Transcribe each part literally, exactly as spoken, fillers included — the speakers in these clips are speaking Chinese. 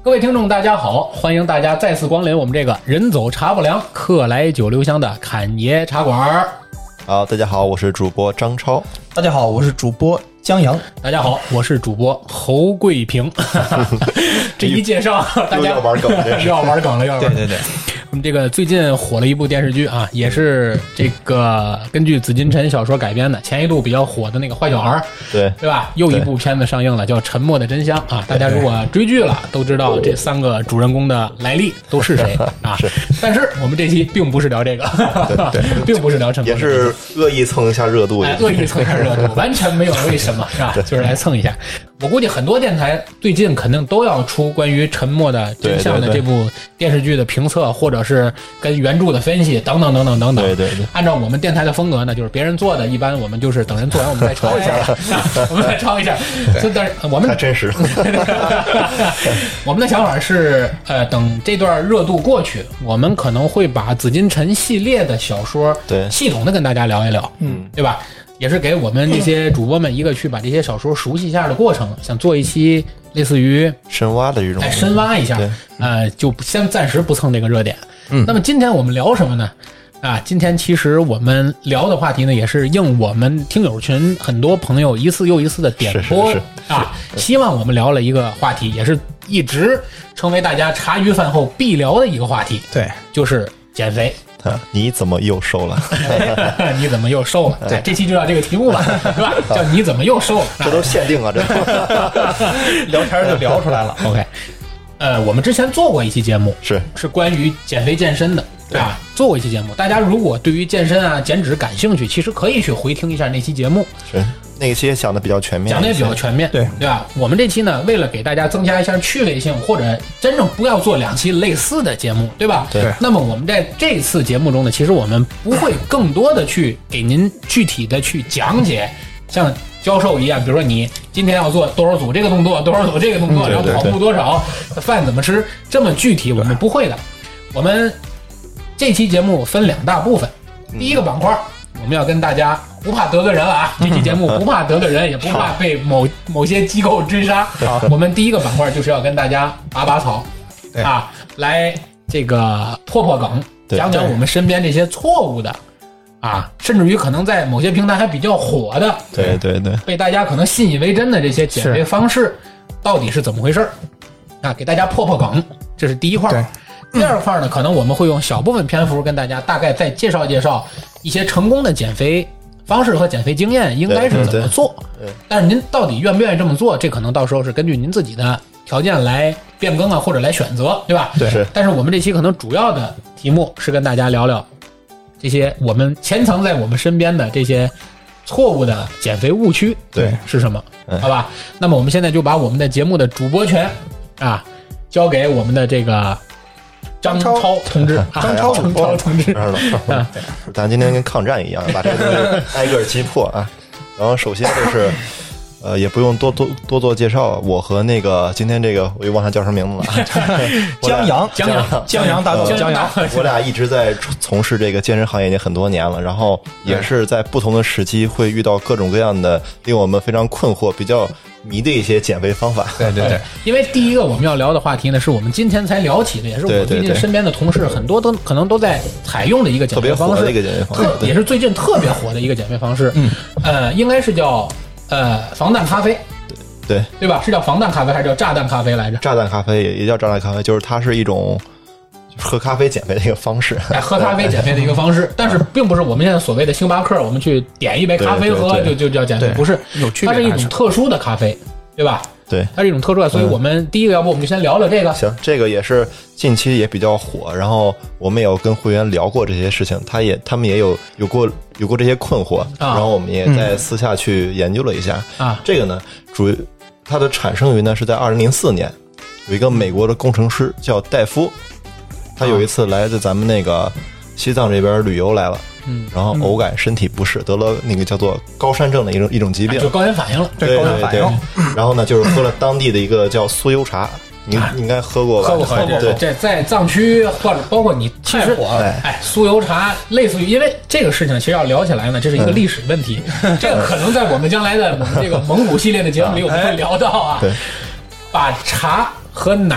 各位听众大家好，欢迎大家再次光临我们这个人走茶不凉客来酒留香的侃爷茶馆。 好，大家好，我是主播张超。 大家好，我是主播江阳。 大家好，我是主播侯贵平。这一介绍大家要玩梗了， 要玩梗了，要玩梗了。 对对对， 我们这个最近火了一部电视剧啊，也是这个根据紫金陈小说改编的，前一度比较火的那个坏小孩， 对对吧？又一部片子上映了，叫《沉默的真相》啊。大家如果追剧了，都知道这三个主人公的来历都是谁啊。 是， 但是我们这期并不是聊这个，对对并不是聊沉默的真相， 也是恶意蹭一下热度， 哎，恶意蹭一下热度，完全没有为什么，是吧？就是来蹭一下。我估计很多电台最近肯定都要出关于《沉默的真相》的这部电视剧的评测，或者是跟原著的分析等等等等等等。 对对对。 按照我们电台的风格呢，就是别人做的，一般我们就是等人做完，我们再抄一下，我们再抄一下。但是我们太真实了。 我们的想法是，呃，等这段热度过去，我们可能会把紫金陈系列的小说， 对， 系统的跟大家聊一聊，嗯，对吧？也是给我们这些主播们一个去把这些小说熟悉一下的过程，想做一期类似于深挖的这种， 哎，深挖一下，呃，就先暂时不蹭这个热点。嗯，那么今天我们聊什么呢？啊，今天其实我们聊的话题呢，也是应我们听友群很多朋友一次又一次的点播， 是是是啊，希望我们聊了一个话题，也是一直成为大家茶余饭后必聊的一个话题， 对， 就是减肥。 啊、你怎么又瘦了？ 你怎么又瘦了？对，这期就叫这个题目吧，是吧？叫你怎么又瘦了？ 这都限定啊，这聊天就聊出来了。 OK， 呃，我们之前做过一期节目， 是是关于减肥健身的，对吧？做过一期节目，大家如果对于健身啊、减脂感兴趣，其实可以去回听一下那期节目。 是。那个期也讲的比较全面， 讲的也比较全面， 对对吧？我们这期呢，为了给大家增加一下趣味性，或者真正不要做两期类似的节目，对吧？ 对。 那么我们在这次节目中呢，其实我们不会更多的去给您具体的去讲解，像教授一样，比如说你今天要做多少组这个动作，多少组这个动作， 嗯、 然后跑步多少，饭怎么吃，这么具体我们不会的。我们这期节目分两大部分，第一个板块。我们要跟大家不怕得罪人了啊！这期节目不怕得罪人，也不怕被某某些机构追杀。我们第一个板块就是要跟大家拔拔草，啊，来这个破破梗，讲讲我们身边这些错误的啊，甚至于可能在某些平台还比较火的， 对对对， 被大家可能信以为真的这些减肥方式，到底是怎么回事啊？给大家破破梗，这是第一块。第二块呢，可能我们会用小部分篇幅跟大家大概再介绍介绍一些成功的减肥方式和减肥经验应该是怎么做。但是您到底愿不愿意这么做，这可能到时候是根据您自己的条件来变更啊，或者来选择，对吧？ 对。 但是我们这期可能主要的题目是跟大家聊聊这些我们潜藏在我们身边的这些错误的减肥误区， 对， 是什么？好吧。那么我们现在就把我们的节目的主播权啊交给我们的这个。张超同志，张超张超同志， 啊，咱今天跟抗战一样，把这个东西挨个击破啊。然后首先就是，呃，也不用多多多做介绍，我和那个今天这个我又忘他叫什么名字了， 江阳， 江阳， 江阳大哥，江阳， 我俩一直在从事这个健身行业已经很多年了，然后也是在不同的时期会遇到各种各样的令我们非常困惑、比较迷的一些减肥方法。 对对对， 因为第一个我们要聊的话题呢，是我们今天才聊起的，也是我最近身边的同事很多都可能都在采用的一个减肥方式， 特别火的一个减肥方式， 也是最近特别火的一个减肥方式。嗯，呃，应该是叫呃防弹咖啡。 对对吧？是叫防弹咖啡还是叫炸弹咖啡来着？ 炸弹咖啡也也叫炸弹咖啡，就是它是一种喝咖啡减肥的一个方式。 哎，喝咖啡减肥的一个方式，但是并不是我们现在所谓的星巴克，我们去点一杯咖啡喝就就叫减肥，不是， 有区别， 它是一种特殊的咖啡，对吧？ 对， 它是一种特殊的，所以我们第一个，要不我们就先聊聊这个。 行，这个也是近期也比较火，然后我们也有跟会员聊过这些事情，他也他们也有有过有过这些困惑，啊、然后我们也在私下去研究了一下。啊，这个呢，主它的产生于呢是在二零零四年，有一个美国的工程师叫戴夫，他有一次来自咱们那个西藏这边旅游来了。嗯，然后偶感身体不适，得了那个叫做高山症的一种一种疾病， 就高原反应了。 对对对，然后呢，就是喝了当地的一个叫酥油茶，你你应该喝过吧？ 喝过喝过。 对， 这在藏区或者包括你，其实哎，酥油茶类似于，因为这个事情其实要聊起来呢，这是一个历史问题，这个可能在我们将来的我们这个蒙古系列的节目里我们会聊到啊。 对， 把茶和奶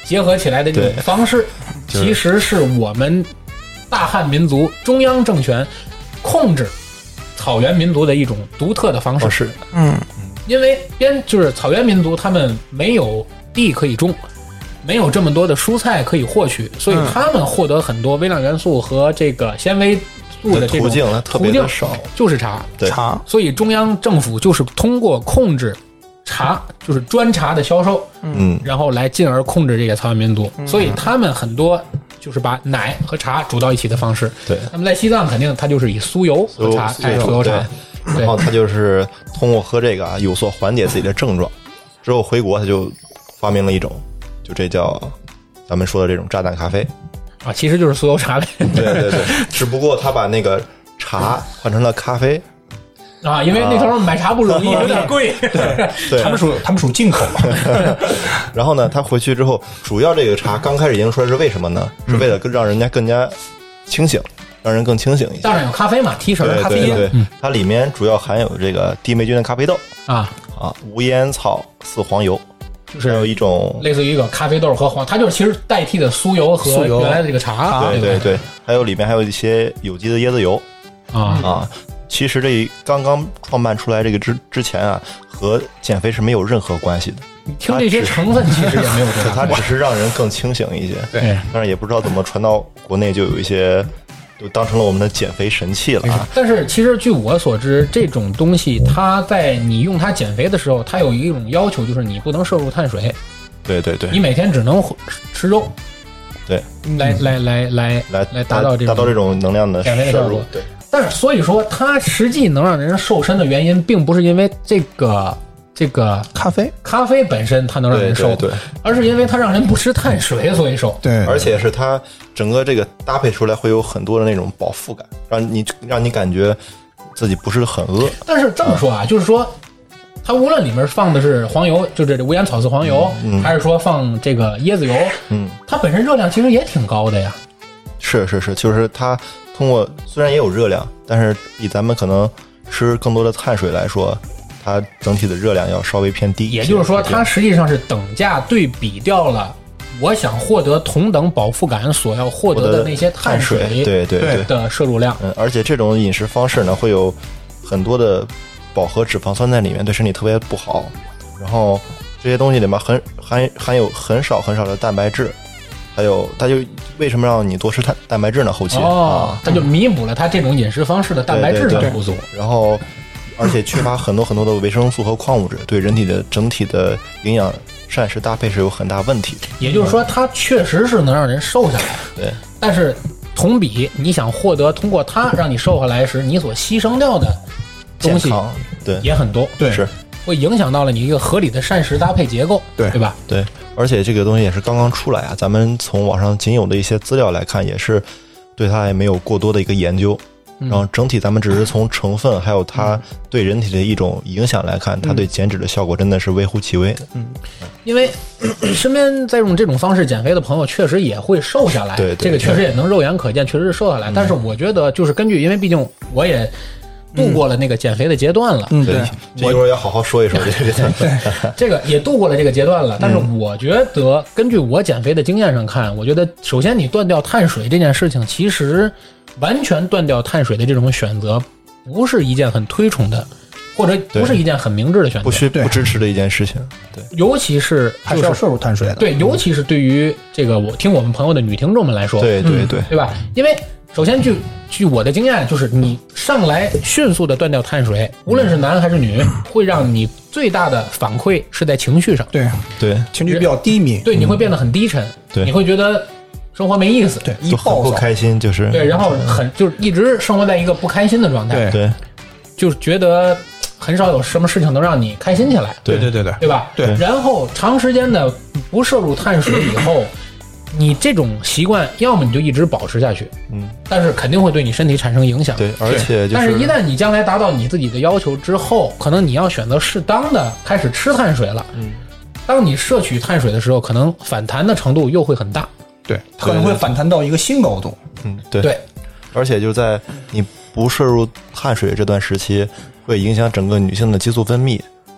结合起来的这种方式，其实是我们大汉民族中央政权控制草原民族的一种独特的方式。 是， 嗯， 因为边就是草原民族，他们没有地可以种，没有这么多的蔬菜可以获取，所以他们获得很多微量元素和这个纤维素的这种途径特别的少， 就是茶， 茶。 所以中央政府就是通过控制茶，就是专茶的销售， 嗯， 然后来进而控制这个草原民族， 嗯、 所以他们很多就是把奶和茶煮到一起的方式。 对， 那么在西藏肯定它就是以酥油和茶，哎，酥油茶。 然后他就是通过喝这个啊，有所缓解自己的症状。之后回国，他就发明了一种，就这叫咱们说的这种炸弹咖啡啊，其实就是酥油茶呗。 对对对，只不过他把那个茶换成了咖啡啊，因为那时候买茶不容易，啊、有点贵。 对，对他们属他们属进口嘛。 然后呢，他回去之后，主要这个茶刚开始研究出来是为什么呢？是为了更让人家更加清醒。让人更清醒一些。 当然有咖啡嘛，提神咖啡因。 对对对、嗯，它里面主要含有这个地霉菌的咖啡豆啊啊，无烟草四黄油， 就是有一种类似于一个咖啡豆和黄，它就是其实代替的酥油和原来的这个茶。 对对对，还有里面还有一些有机的椰子油啊啊。其实这刚刚创办出来这个之之前啊，和减肥是没有任何关系的。 你听这些成分其实也没有多大关系， 它只是让人更清醒一些。 对， 但是也不知道怎么传到国内，就有一些。就当成了我们的减肥神器了啊！ 但是其实据我所知，这种东西它在你用它减肥的时候，它有一种要求，就是你不能摄入碳水。 对对对， 你每天只能吃肉。 对， 来来来来来来达到这种达到这种能量的减肥的效果。 对， 但是所以说，它实际能让人瘦身的原因，并不是因为这个。这个咖啡， 咖啡本身它能让人瘦， 对对对， 而是因为它让人不吃碳水，所以瘦。 对， 而且是它整个这个搭配出来会有很多的那种饱腹感，让你让你感觉自己不是很饿。 但是这么说啊，嗯、就是说，它无论里面放的是黄油，就这无烟草四黄油， 嗯、 还是说放这个椰子油， 嗯， 它本身热量其实也挺高的呀。 是是是，就是它通过虽然也有热量，但是比咱们可能吃更多的碳水来说。它整体的热量要稍微偏低， 也就是说，它实际上是等价对比掉了我想获得同等饱腹感所要获得的那些碳水， 对对对的摄入量。 嗯，而且这种饮食方式呢，会有很多的饱和脂肪酸在里面，对身体特别不好。然后这些东西里面很含含有很少很少的蛋白质，还有它就为什么让你多吃蛋蛋白质呢？后期哦，它就弥补了它这种饮食方式的蛋白质的不足， 然后。而且缺乏很多很多的维生素和矿物质，对人体的整体的营养膳食搭配是有很大问题的。 也就是说，它确实是能让人瘦下来。 对， 但是同比，你想获得通过它让你瘦下来时，你所牺牲掉的东西对也很多， 对，是会影响到了你一个合理的膳食搭配结构， 对对吧？ 对，而且这个东西也是刚刚出来啊，咱们从网上仅有的一些资料来看，也是对它也没有过多的一个研究。然后整体咱们只是从成分还有它对人体的一种影响来看，它对减脂的效果真的是微乎其微的。 嗯，因为身边在用这种方式减肥的朋友确实也会瘦下来， 对， 这个确实也能肉眼可见，确实是瘦下来。但是我觉得就是根据，因为毕竟我也度过了那个减肥的阶段了， 嗯，对， 这一会儿要好好说一说这个， 这个也度过了这个阶段了。但是我觉得，根据我减肥的经验上看，我觉得首先你断掉碳水这件事情，其实。完全断掉碳水的这种选择，不是一件很推崇的，或者不是一件很明智的选择， 不需不支持的一件事情。对， 尤其是、就是、 还是要摄入碳水的。 对，尤其是对于这个我听我们朋友的女听众们来说， 对对对， 嗯、对吧？因为首先据据我的经验，就是你上来迅速的断掉碳水，无论是男还是女，会让你最大的反馈是在情绪上。 对对， 情绪比较低迷， 对，你会变得很低沉， 对， 你会觉得。生活没意思， 对，一暴不开心就是对，然后很就是一直生活在一个不开心的状态， 对， 就是觉得很少有什么事情能让你开心起来， 对对对对， 对吧？ 对， 然后长时间的不摄入碳水以后，你这种习惯要么你就一直保持下去， 嗯， 但是肯定会对你身体产生影响， 对，而且就是， 但是一旦你将来达到你自己的要求之后，可能你要选择适当的开始吃碳水了， 嗯， 当你摄取碳水的时候，可能反弹的程度又会很大。 对，可能会反弹到一个新高度。 嗯，对对， 而且就在你不摄入碳水这段时期，会影响整个女性的激素分泌，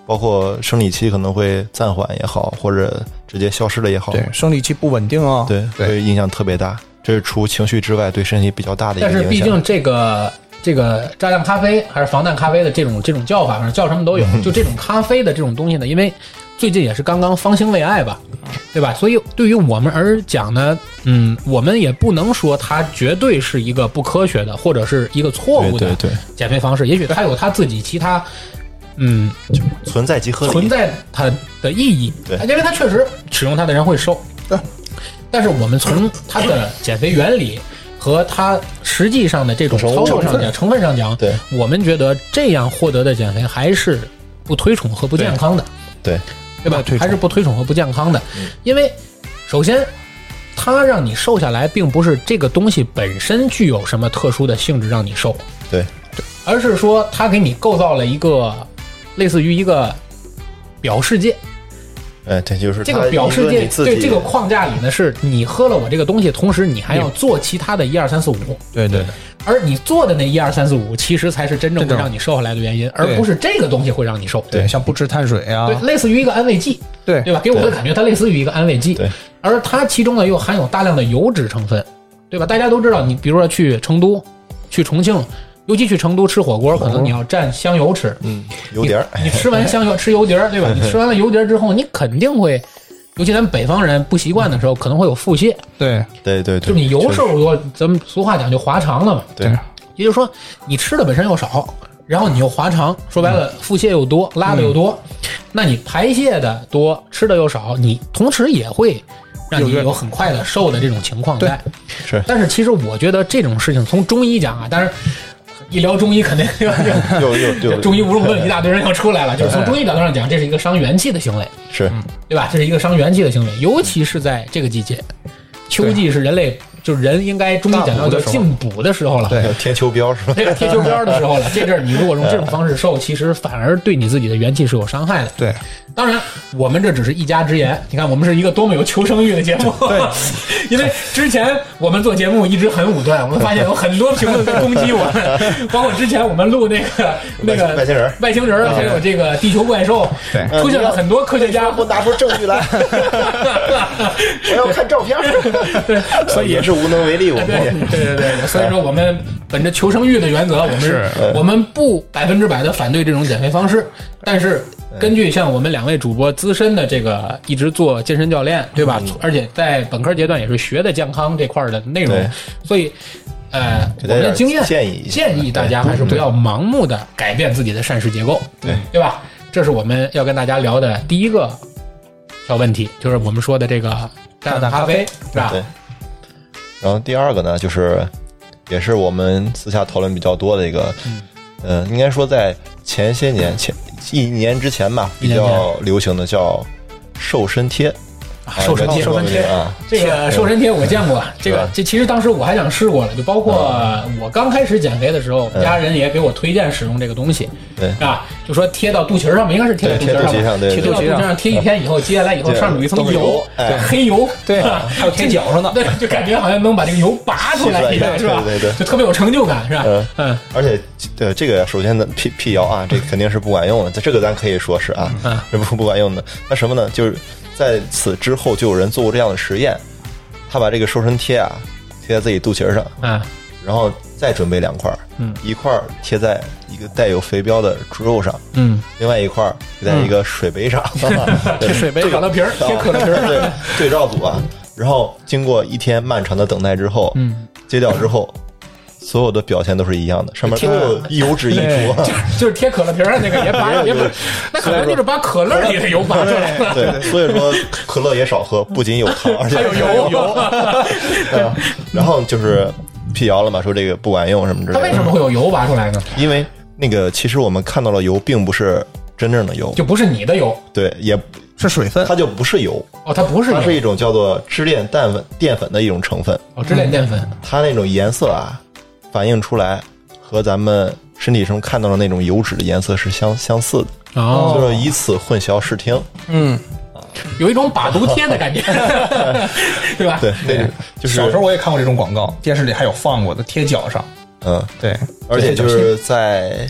包括生理期可能会暂缓也好，或者直接消失了也好。 对，生理期不稳定啊， 对，会影响特别大。这是除情绪之外对身体比较大的一个影响。 但是毕竟这个这个炸酱咖啡还是防弹咖啡的这种这种叫法，反正叫什么都有。就这种咖啡的这种东西呢，因为最近也是刚刚方兴未艾吧，对吧？所以对于我们而讲呢，嗯，我们也不能说它绝对是一个不科学的或者是一个错误的减肥方式。也许它有它自己其他，嗯， 存在即合理， 存在它的意义。 对， 因为它确实使用它的人会瘦。对。但是我们从它的减肥原理和它实际上的这种操作上讲，成分上讲， 对， 我们觉得这样获得的减肥还是不推崇和不健康的， 对， 对吧？还是不推崇和不健康的，因为首先它让你瘦下来，并不是这个东西本身具有什么特殊的性质让你瘦， 对， 而是说它给你构造了一个类似于一个表世界。 哎，对，就是这个表世界，对这个框架里呢，是你喝了我这个东西，同时你还要做其他的一二三四五， 对对对， 而你做的那一二三四五，其实才是真正会让你瘦下来的原因，而不是这个东西会让你瘦。 对，像不吃碳水啊， 对，类似于一个安慰剂， 对对吧？给我的感觉，它类似于一个安慰剂， 对， 而它其中呢又含有大量的油脂成分，对吧？大家都知道，你比如说去成都、去重庆。尤其去成都吃火锅，可能你要蘸香油吃， 嗯，油碟儿。 你吃完香油吃油碟儿，对吧？你吃完了油碟儿之后，你肯定会，尤其咱们北方人不习惯的时候，可能会有腹泻。 对对对对， 就你油摄入多，咱们俗话讲就滑肠了嘛。 对， 也就是说你吃的本身又少，然后你又滑肠，说白了腹泻又多，拉的又多，嗯、那你排泄的多，吃的又少，你同时也会让你有很快的瘦的这种情况在。 是， 但是其实我觉得这种事情从中医讲啊，当然。一聊中医肯定有有有中医无用论一大堆人要出来了，就是从中医角度上讲，这是一个伤元气的行为， 是， 对吧？这是一个伤元气的行为，尤其是在这个季节，秋季是人类就是人应该中医讲到叫进补的时候了， 对，贴秋膘是吧？ 对，贴秋膘的时候了。这阵儿你如果用这种方式瘦，其实反而对你自己的元气是有伤害的。 对， 当然我们这只是一家之言。你看，我们是一个多么有求生欲的节目。 对， 因为之前我们做节目一直很武断，我们发现有很多评论在攻击我们，包括之前我们录那个那个外星人、 外星人，还有这个地球怪兽， 对， 出现了很多科学家， 我拿出证据来，我要看照片。 对，所以也是无能为力，我们对对对对，所以说我们本着求生欲的原则，我们是我们不百分之百的反对这种减肥方式，但是根据像我们两位主播资深的这个一直做健身教练，对吧？嗯、而且在本科阶段也是学的健康这块的内容，所以呃，我们的经验建议建议大家还是不要盲目的改变自己的膳食结构， 对对吧？这是我们要跟大家聊的第一个小问题，就是我们说的这个淡咖啡，是吧？ 对。然后第二个呢，就是也是我们私下讨论比较多的一个，嗯、呃，应该说在前些年前一年之前吧，比较流行的叫瘦身贴。 啊、瘦身贴，瘦身贴啊！这个瘦身贴我见过，这个这其实当时我还想试过了，就包括我刚开始减肥的时候， 嗯、 家人也给我推荐使用这个东西， 对啊，就说贴到肚脐上面，应该是贴到肚脐上， 贴到肚脐上贴一天以后，接下来以后上面有一层油， 对， 黑油， 对，还有贴脚上的， 对，就感觉好像能把这个油拔出来一样，是吧？ 对对对， 就特别有成就感，是吧？ 嗯嗯，而且对这个首先的辟辟谣啊，这肯定是不管用的，这个咱可以说是啊， 嗯， 这不不管用的。那什么呢？就是在此之后就有人做过这样的实验，他把这个瘦身贴啊贴在自己肚脐上， 嗯， 然后再准备两块， 嗯， 一块贴在一个带有肥膘的猪肉上， 嗯， 另外一块贴在一个水杯上， 贴水杯可乐瓶，贴可乐瓶， 对，对照组啊。然后经过一天漫长的等待之后， 嗯， 揭掉之后。所有的表现都是一样的，上面都有油脂溢出， 就是贴可乐瓶上那个也拔，也不，那可能就是把可乐里的油拔出来了。 对，所以说可乐也少喝，不仅有糖，而且还有油。 油。然后就是辟谣了嘛，说这个不管用什么之类的。 它为什么会有油拔出来呢？ 因为那个其实我们看到的油并不是真正的油， 就不是你的油， 对，也是水分， 它就不是油。 哦，它不是油， 它是一种叫做支链淀粉淀粉的一种成分。 哦，支链淀粉， 它那种颜色啊。反映出来和咱们身体中看到的那种油脂的颜色是相相似的， 哦， 就是以此混淆视听， 嗯， 有一种把毒贴的感觉，对吧？ 对，对，就是小时候我也看过这种广告，电视里还有放过的，贴脚上， 嗯， 对， 而且就是在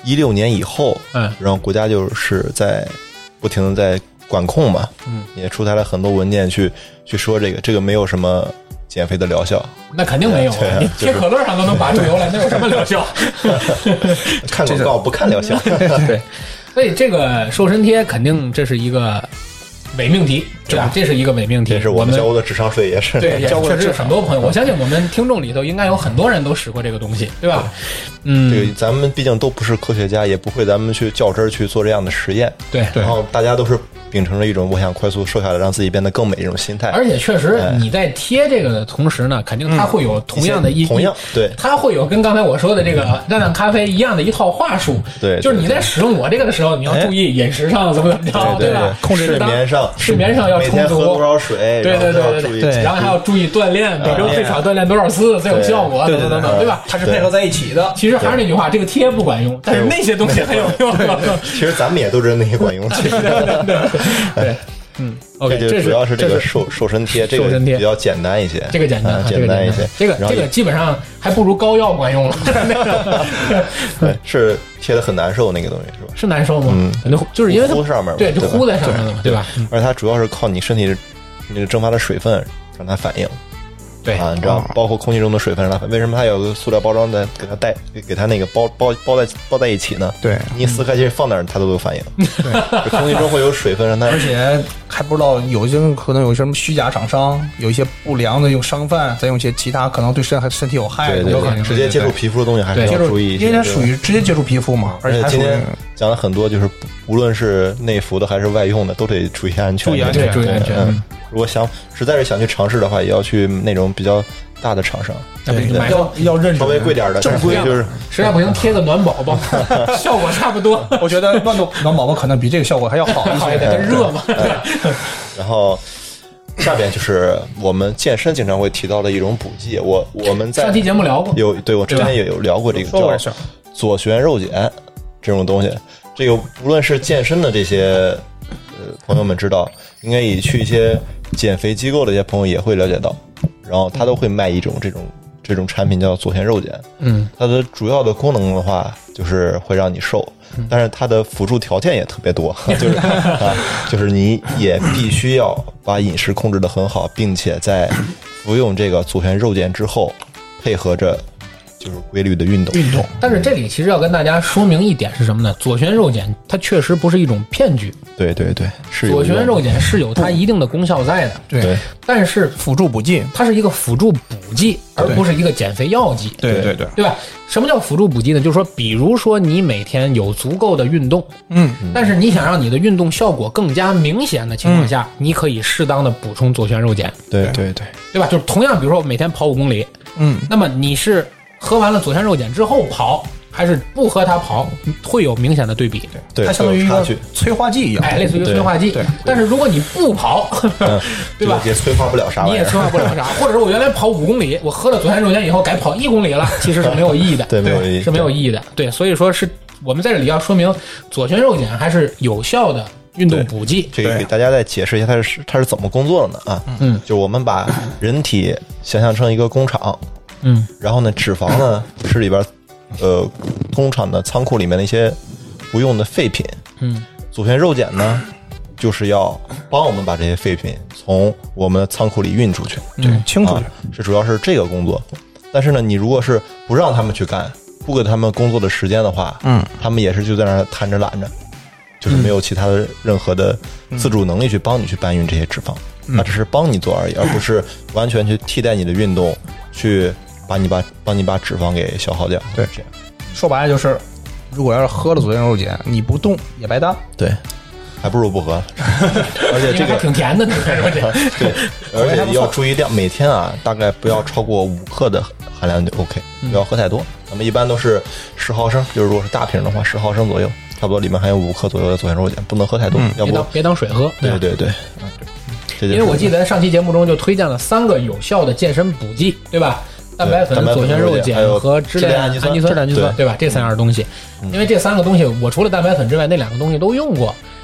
一六年以后，嗯，然后国家就是在不停的在管控嘛，嗯，也出台了很多文件去去说这个这个没有什么减肥的疗效。 那肯定没有，啊，你贴可乐上都能拔出油来，那有什么疗效？ 看广告不看疗效。 对，所以这个瘦身贴肯定这是一个伪命题，对吧？这是一一个伪命题， 也是我们交过的智商税，也是对，也确实很多朋友，我相信我们听众里头应该有很多人都使过这个东西，对吧？嗯， 这个咱们毕竟都不是科学家，也不会咱们去较真儿去做这样的实验， 对， 然后大家都是秉承着一种我想快速瘦下来，让自己变得更美这种心态。 而且确实你在贴这个的同时呢，肯定它会有同样的一、 嗯、同样对， 它会有跟刚才我说的这个亮亮咖啡一样的一套话术。 对， 就是你在使用我这个的时候，你要注意饮食上怎么怎么着， 对吧？ 控制睡眠上， 睡眠上要充足， 每天喝多少水， 对对对对对，然后还要注意锻炼，每周最少锻炼多少次才有效果，等等等等，对吧？ 它是配合在一起的。 其实还是那句话，这个贴不管用，但是那些东西很有用。 其实咱们也都知道那些管用，其实对。嗯 ，OK， 这主要是这个瘦瘦身贴，这个比较简单一些， 这个简单， 简单一些， 这个这个基本上还不如膏药管用了。 对，是贴的很难受那个东西是吧？ 是难受吗？嗯，就是因为糊上面， 对，就糊在上面了嘛，对吧？ 而且它主要是靠你身体那个蒸发的水分让它反应。 对啊，你知道，包括空气中的水分，让它为什么它有个塑料包装的给它带给它那个包包包在包在一起呢？ 对， 你一撕开去放那儿，它都有反应。对，空气中会有水分让它， 而且还不知道有些可能有什么虚假厂商，有一些不良的用商贩，再用一些其他可能对身身体有害的， 对对对，直接接触皮肤的东西还是要注意， 因为它属于直接接触皮肤嘛。 而且今天讲了很多，就是无论是内服的还是外用的，都得注意安全， 注意安全，注意安全。 嗯，如果想实在是想去尝试的话，也要去那种比较大的厂商， 对，要要认稍微贵点的， 正规就是实在不行贴个暖宝宝，效果差不多。 我觉得暖暖宝宝可能比这个效果还要好一些，热嘛。 然后下边就是我们健身经常会提到的一种补剂，我我们在上期节目聊过， 有对我之前也有聊过这个叫左旋肉碱这种东西。这个无论是健身的这些呃朋友们知道，应该也去一些减肥机构的一些朋友也会了解到，然后他都会卖一种这种这种产品叫左旋肉碱。 嗯， 它的主要的功能的话就是会让你瘦，但是它的辅助条件也特别多，就是啊，就是你也必须要把饮食控制得很好，并且在服用这个左旋肉碱之后，配合着就是规律的运动。 运动，但是这里其实要跟大家说明一点是什么呢？左旋肉碱它确实不是一种骗局。 对对对，是左旋肉碱是有它一定的功效在的。 对， 但是辅助补剂， 它是一个辅助补剂，而不是一个减肥药剂。 对对对， 对吧？什么叫辅助补剂呢？就是说，比如说你每天有足够的运动， 嗯， 但是你想让你的运动效果更加明显的情况下，嗯、你可以适当的补充左旋肉碱。 对对对， 对吧？就是同样，比如说我每天跑五公里， 嗯， 那么你是喝完了左旋肉碱之后跑，还是不喝它跑，会有明显的对比。 对， 它相当于一个催化剂一样， 哎，类似于催化剂。 对， 但是如果你不跑， 嗯、 对吧？ 也催化不了啥， 你也催化不了啥。或者是我原来跑五公里，我喝了左旋肉碱以后改跑一公里了，其实是没有意义的。 对，没有意义， 是没有意义的。对，所以说是我们在这里要说明，左旋肉碱还是有效的运动补剂。 这个给大家再解释一下，它是它是怎么工作的呢？啊， 嗯， 就我们把人体想象成一个工厂。 嗯， 然后呢，脂肪呢是里边，呃，工厂的仓库里面的一些不用的废品。 嗯， 左旋肉碱呢，就是要帮我们把这些废品从我们的仓库里运出去， 对，清出去， 啊，是主要是这个工作。但是呢，你如果是不让他们去干，不给他们工作的时间的话， 嗯， 他们也是就在那儿瘫着懒着，就是没有其他的任何的自主能力去帮你去搬运这些脂肪， 嗯、 它只是帮你做而已，而不是完全去替代你的运动去。把你把帮你把脂肪给消耗掉， 对， 这样说白了就是，如果要是喝了左旋肉碱，你不动也白搭， 对，还不如不喝，而且这个挺甜的， 对，而且要注意量，每天啊大概不要超过五克的含量就 OK，不要喝太多。咱们一般都是十毫升，就是如果是大瓶的话，十毫升左右，差不多里面含有五克左右的左旋肉碱，不能喝太多，要不别当水喝。 对对对， 因为我记得上期节目中就推荐了三个有效的健身补剂，对吧？蛋白粉、左旋肉碱和支链氨基酸、支链氨基酸，对吧？这三样东西，因为这三个东西，我除了蛋白粉之外，那两个东西都用过。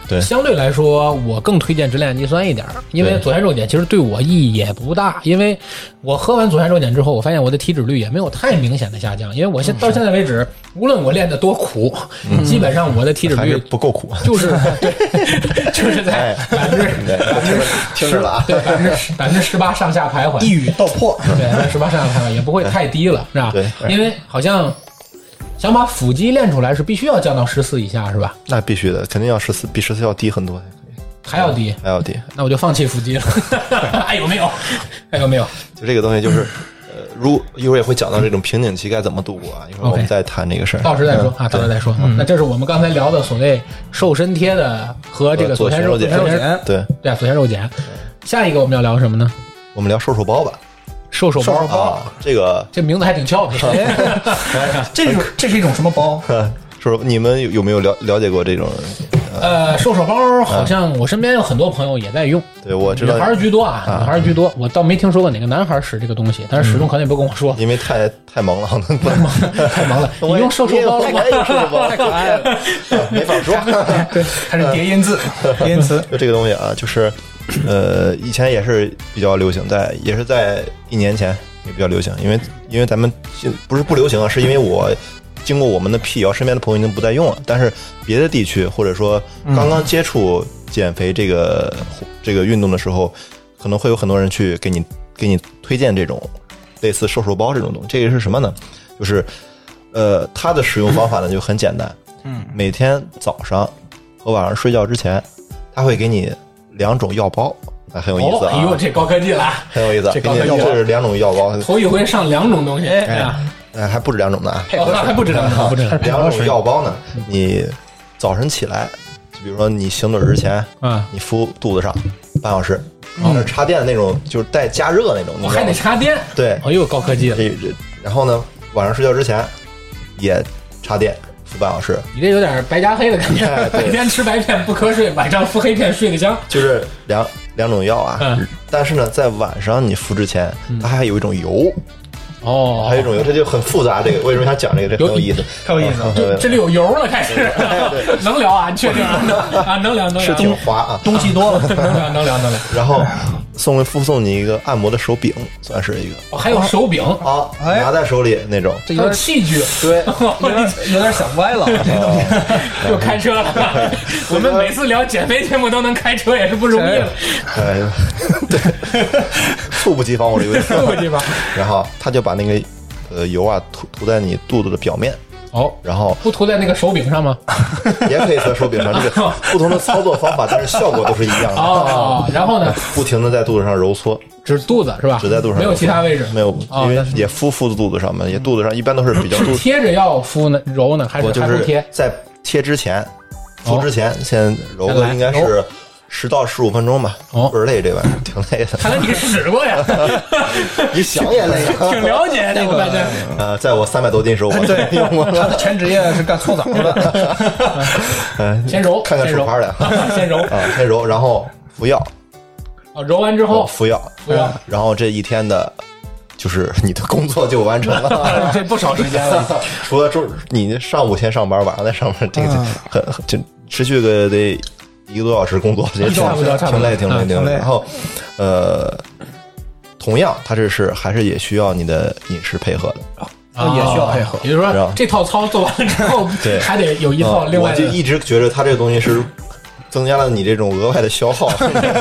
对， 相对来说我更推荐支链氨基酸一点，因为左旋肉碱其实对我意义也不大，因为我喝完左旋肉碱之后，我发现我的体脂率也没有太明显的下降，因为我现到现在为止，无论我练得多苦，嗯、基本上我的体脂率不够苦， 就是对，就是在百分之百分之听着了啊， 对百分之百分之十八上下徘徊， 一语道破， 对，百分之十八上下徘徊也不会太低了，是吧？ 对， 因为好像。想把腹肌练出来是必须要降到十四以下是吧？ 那必须的，肯定要十四，比十四要低很多才可以。 还要低？ 还要低？ 那我就放弃腹肌了。还有没有？还有没有？ 就这个东西，就是呃，如一会儿也会讲到这种瓶颈期该怎么度过啊。一会儿我们再谈这个事儿。 到时再说啊，到时再说。那这是我们刚才聊的所谓瘦身贴的和这个左旋肉碱。对对，左旋肉碱。下一个我们要聊什么呢？ 我们聊瘦瘦包吧。 瘦瘦包啊，这个这名字还挺俏皮。 这是这是一种什么包？ 说你们有没有了了解过这种？ 呃，瘦瘦包好像我身边有很多朋友也在用。 对，我知道女孩居多啊，女孩居多。我倒没听说过哪个男孩使这个东西，但是始终可能也不跟我说， 因为太太萌了， 太萌太萌了。你用瘦瘦包了吗？ 瘦瘦包太可爱了，没法说。 对，它是叠音字、叠音词。 就这个东西啊，就是。呃，以前也是比较流行，在也是在一年前也比较流行，因为因为咱们不是不流行啊，是因为我经过我们的辟谣，身边的朋友已经不再用了。但是别的地区或者说刚刚接触减肥这个、嗯、这个运动的时候，可能会有很多人去给你给你推荐这种类似瘦瘦包这种东西。这个是什么呢？就是呃，它的使用方法呢就很简单，嗯，每天早上和晚上睡觉之前，它会给你。两种药包，很有意思啊！ 哎呦，这高科技了， 很有意思。 这高科技， 这是两种药包， 头一回上两种东西，哎呀， 哎，还不止两种呢， 还不止两种，不止两种药包呢。你早晨起来，就比如说你醒盹之前，嗯，你敷肚子上半小时，那是插电的那种，就是带加热那种， 我还得插电， 对， 哎呦，高科技了。 然后呢，晚上睡觉之前也插电。敷半小时， 你这有点白加黑的感觉。哎、每天吃白片不瞌睡，晚上敷黑片睡得香。 就是两两种药啊，嗯、但是呢，在晚上你敷之前，它还有一种油。 哦， 还有一种油，这就很复杂。这个为什么想讲这个？这很有意思， 很有意思。 这这里有油了，开始能聊啊？你确定啊？啊，能聊，能聊。 是挺滑啊， 东西多了， 能聊，能聊，能聊。 然后送附送你一个按摩的手柄，算是一个。 哦，还有手柄啊，拿在手里那种。 这有点器具， 对， 有点有点想歪了。 又开车了。我们每次聊减肥节目都能开车，也是不容易了。 哎呀，对，猝不及防，我这个猝不及防。 然后他就把那个呃油啊涂涂在你肚子的表面。 哦， 然后不涂在那个手柄上吗？ 也可以在手柄上，这个不同的操作方法，但是效果都是一样的。 哦，然后呢， 不停的在肚子上揉搓， 只肚子是吧？ 只在肚子上， 没有其他位置， 没有，因为也敷敷在肚子上嘛，也肚子上一般都是比较贴着要敷呢，揉呢，还是还不贴？ 在贴之前，敷之前先揉个应该是十到十五分钟吧。哦，倍儿累，这玩意儿挺累的。 看来你使过呀？ 你想也累， 挺了解这个感觉。 呃，在我三百多斤时候，我对用过。他的前职业是干搓澡的。 嗯， 先揉， 看看手牌的， 先揉啊，先揉，然后服药。 哦，揉完之后服药， 服药， 然后这一天的。就是你的工作就完成了， 这不少时间了。 除了周你上午先上班，晚上再上班，这个很很就持续个得一个多小时工作，也挺挺累，挺累，挺累。然后，呃，同样，它这是还是也需要你的饮食配合的啊，也需要配合。 比如说这套操做完了之后，对，还得有一套另外。 我就一直觉得它这个东西是。增加了你这种额外的消耗，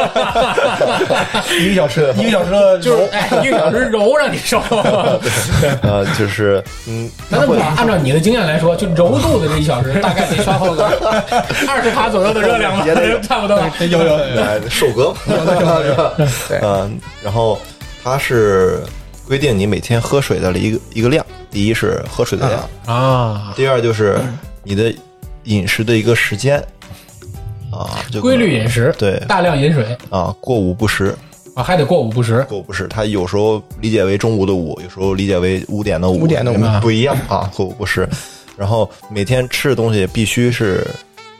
一个小时，一个小时的就是哎，一个小时揉让你烧， 呃，就是嗯， 那么按照你的经验来说，就揉肚子这一小时大概得消耗个二十卡左右的热量吧，差不多。 有有， 瘦胳膊是吧？嗯，然后它是规定你每天喝水的一个一个量，第一是喝水的量啊， 第二就是你的饮食的一个时间。啊，就规律饮食， 对， 大量饮水啊，过午不食啊，还得过午不食， 过午不食，它有时候理解为中午的午，有时候理解为五点的午， 五点的午不一样啊，过午不食。然后每天吃的东西必须是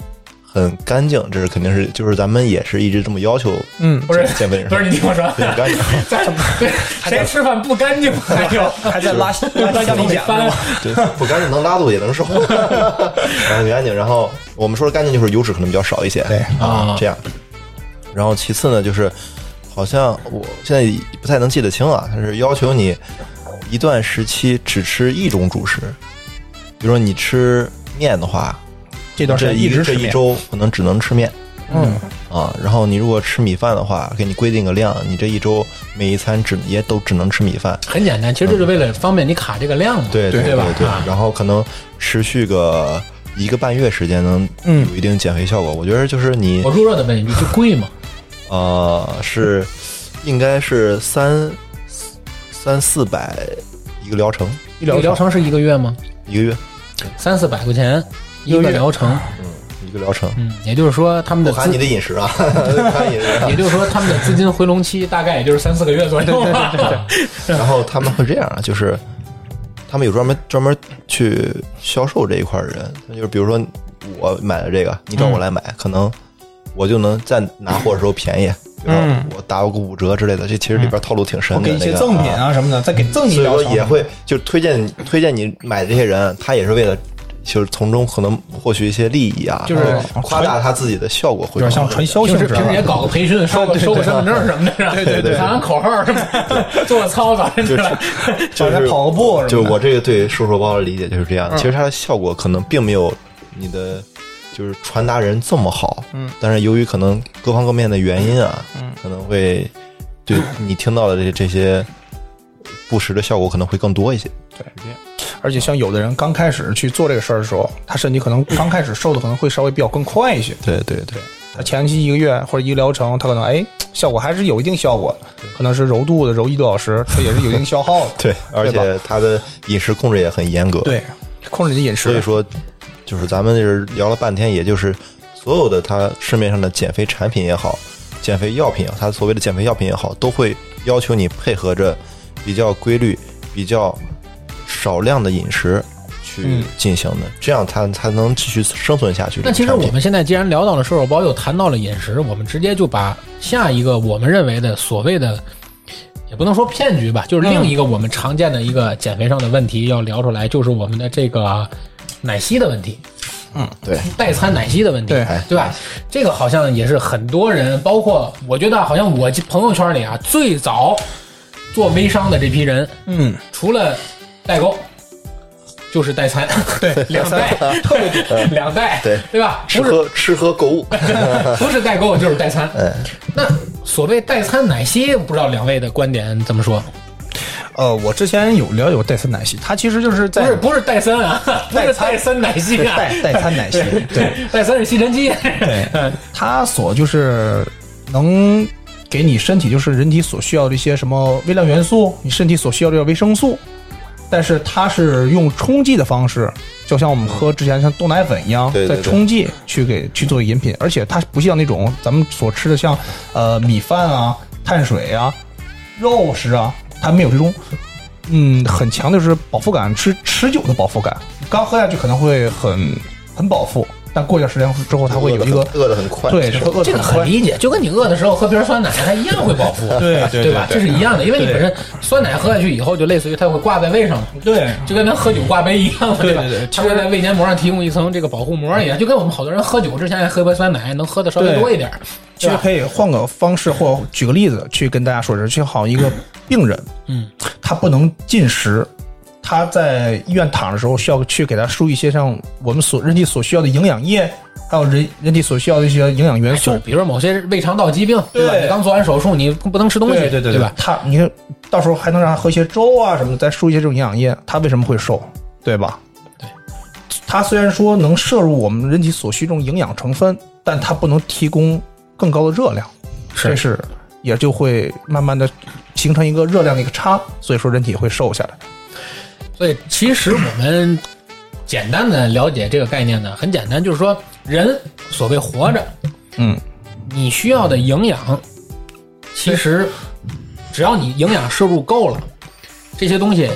很干净，这是肯定是，就是咱们也是一直这么要求。 嗯， 不是减肥人， 不是你听我说， 很干净。 在谁吃饭不干净？还有还在拉拉箱里翻， 对，不干净能拉肚子也能瘦，很干净。然后我们说的干净就是油脂可能比较少一些， 对啊，这样。然后其次呢，就是好像我现在不太能记得清啊，它是要求你一段时期只吃一种主食，比如说你吃面的话。 这段时间一直这一周可能只能吃面， 嗯啊，然后你如果吃米饭的话，给你规定个量，你这一周每一餐只也都只能吃米饭。 很简单，其实就是为了方便你卡这个量嘛， 对对对吧？ 对，然后可能持续个一个半月时间，能有一定减肥效果。我觉得就是你， 我入热的问一句，就贵吗？ 呃，是应该是三三四百一个疗程， 一个疗程是一个月吗？ 一个月， 三四百块钱。一个疗程， 嗯，一个疗程， 嗯，也就是说他们的不含你的饮食啊，含饮食、啊， 也就是说他们的资金回笼期大概也就是三四个月左右。对对对对对。然后他们会这样啊，就是他们有专门专门去销售这一块的人，就是比如说我买了这个，你找我来买，嗯、可能我就能在拿货的时候便宜。嗯，我打个五折之类的，这其实里边套路挺深的。 给一些赠品啊什么的，再给赠你。 所以说也会就推荐推荐你买的这些人，他也是为了。就是从中可能获取一些利益啊， 就是夸大他自己的效果，会有点像传销性质。 平时也搞个培训，收个收个身份证什么的， 对对对， 喊口号什么的，做个操早晨起来， 就是跑个步。 就我这个对瘦瘦包的理解就是这样，其实它的效果可能并没有你的就是传达人这么好，嗯，但是由于可能各方各面的原因啊，嗯，可能会对你听到的这这些不实的效果可能会更多一些。 对，是这样。而且像有的人刚开始去做这个事儿的时候，他身体可能刚开始瘦的可能会稍微比较更快一些。 对对对， 他前期一个月或者一个疗程，他可能哎效果还是有一定效果，可能是揉肚子揉一个多小时，他也是有一定消耗的。 对，而且他的饮食控制也很严格。 对，控制你的饮食。 所以说，就是咱们就是聊了半天，也就是所有的他市面上的减肥产品也好，减肥药品啊，他所谓的减肥药品也好，都会要求你配合着比较规律、比较少量的饮食去进行的，嗯、这样它才能继续生存下去。 那其实我们现在既然聊到了瘦肉包，又谈到了饮食，我们直接就把下一个我们认为的所谓的，也不能说骗局吧，就是另一个我们常见的一个减肥上的问题要聊出来，就是我们的这个奶昔的问题。 嗯，对， 代餐奶昔的问题， 对对吧？这个好像也是很多人，包括我觉得好像我朋友圈里啊，最早做微商的这批人， 嗯， 除了代购就是代餐， 对， 两代特别多，两代， 对对吧？ 吃喝吃喝购物， 不是代购就是代餐。嗯，那所谓代餐奶昔，不知道两位的观点怎么说？ 呃，我之前有了解代餐奶昔，它其实就是在不是不是代餐啊，不是代餐奶昔啊， 代代餐奶昔，对， 代餐是吸尘器， 对，它所就是能给你身体就是人体所需要的一些什么微量元素，你身体所需要的维生素。但是它是用冲剂的方式，就像我们喝之前像豆奶粉一样， 对对对在冲剂去给去做饮品，而且它不像那种咱们所吃的像呃米饭啊、碳水啊、肉食啊，它没有这种嗯很强的就是饱腹感，吃持久的饱腹感。刚喝下去可能会很很饱腹，但过一段时间之后，它会有一个饿得很快， 对，它饿这个很理解，就跟你饿的时候喝瓶酸奶，它一样会饱腹， 对对对吧？这是一样的，因为你本身酸奶喝下去以后，就类似于它会挂在胃上， 对， 就跟咱喝酒挂杯一样， 对吧？ 对对， 它会在胃黏膜上提供一层这个保护膜一样，就跟我们好多人喝酒之前喝杯酸奶，能喝的稍微多一点。 其实可以换个方式，或举个例子去跟大家说，是就好一个病人， 嗯， 他不能进食。他在医院躺的时候，需要去给他输一些像我们所人体所需要的营养液，还有人人体所需要的一些营养元素， 比如说某些胃肠道疾病，对吧？你刚做完手术，你不能吃东西， 对对对， 对吧？ 他你看到时候还能让他喝一些粥啊什么的，再输一些这种营养液，他为什么会瘦？对吧？ 对， 他虽然说能摄入我们人体所需这种营养成分，但他不能提供更高的热量，这是也就会慢慢的形成一个热量的一个差，所以说人体会瘦下来。 所以其实我们简单的了解这个概念呢，很简单，就是说人所谓活着， 嗯， 你需要的营养，其实只要你营养摄入够了，这些东西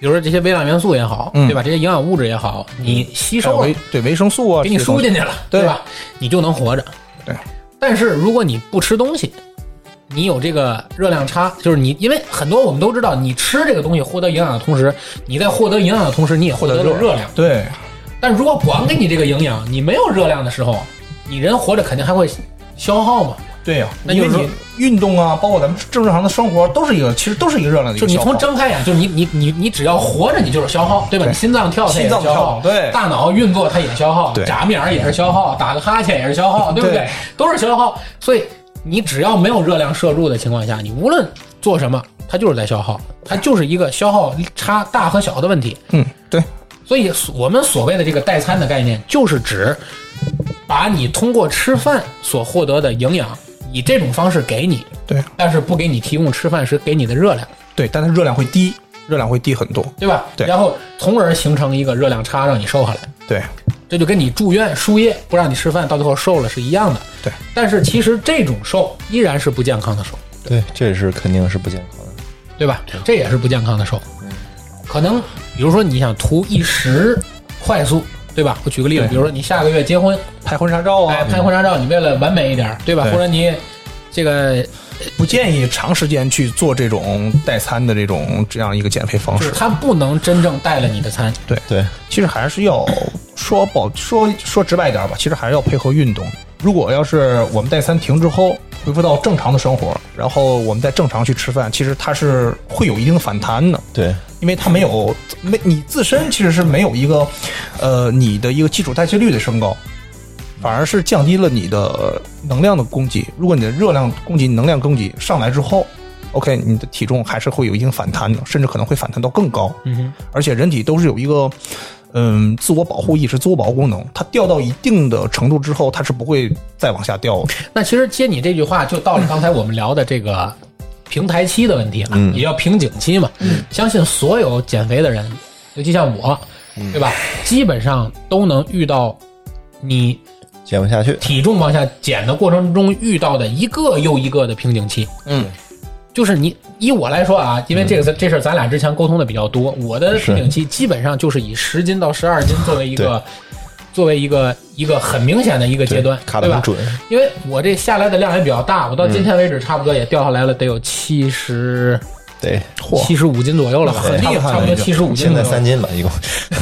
比如说这些微量元素也好，嗯、对吧？这些营养物质也好，你吸收了， 对维生素啊， 给你输进去了，对, 对吧？你就能活着。 对。 但是如果你不吃东西，你有这个热量差，就是你，因为很多我们都知道，你吃这个东西获得营养的同时，你在获得营养的同时，你也获得了热量。 对。 但如果光给你这个营养，你没有热量的时候，你人活着肯定还会消耗嘛。 对呀、啊，那因为你运动啊，包括咱们正常的生活，都是一个，其实都是一个热量的一个消耗。 就你从睁开眼，就是你你你你只要活着，你就是消耗，对吧？ 对你心脏跳它也是消耗， 对， 大脑运作它也消耗，眨眼也是消耗，打个哈欠也是消耗，对不对？对都是消耗。所以你只要没有热量摄入的情况下，你无论做什么，它就是在消耗，它就是一个消耗差大和小的问题。 嗯，对。 所以我们所谓的这个代餐的概念，就是指把你通过吃饭所获得的营养。以这种方式给你， 对， 但是不给你提供吃饭时给你的热量， 对，但它热量会低，热量会低很多， 对吧？ 对， 然后从而形成一个热量差，让你瘦下来。 对， 这就跟你住院输液不让你吃饭，到最后瘦了是一样的。 对， 但是其实这种瘦依然是不健康的瘦。 对，这是肯定是不健康的， 对吧？这也是不健康的瘦。嗯，可能比如说你想图一时快速。对吧？我举个例子，比如说你下个月结婚， 拍婚纱照啊， 哎，拍婚纱照，你为了完美一点，对吧？ 对或者你这个不建议长时间去做这种代餐的这种这样一个减肥方式， 它不能真正带了你的餐。 对对， 其实还是要说保说说直白一点吧，其实还是要配合运动。如果要是我们代餐停之后恢复到正常的生活，然后我们再正常去吃饭，其实它是会有一定的反弹的。 对， 因为它没有没你自身其实是没有一个呃你的一个基础代谢率的升高，反而是降低了你的能量的供给。如果你的热量供给、能量供给上来之后 ，OK， 你的体重还是会有一定反弹的，甚至可能会反弹到更高。 嗯哼， 而且人体都是有一个。嗯，自我保护意识、自我保护功能，它掉到一定的程度之后，它是不会再往下掉的。 那其实接你这句话，就到了刚才我们聊的这个平台期的问题了，嗯、也叫瓶颈期嘛。嗯，相信所有减肥的人，尤其像我，嗯、对吧？基本上都能遇到你减不下去， 体重往下减的过程中遇到的一个又一个的瓶颈期。 嗯。 就是你以我来说啊，因为这个、嗯、这事儿咱俩之前沟通的比较多，我的瓶颈期基本上就是以十斤到十二斤作为一个作为一个一个很明显的一个阶段， 卡得很准。 因为我这下来的量也比较大，我到今天为止差不多也掉下来了，得有七十， 对， 七十五斤左右了吧， 很厉害， 差不多七十五斤。 现在三斤吧，一共。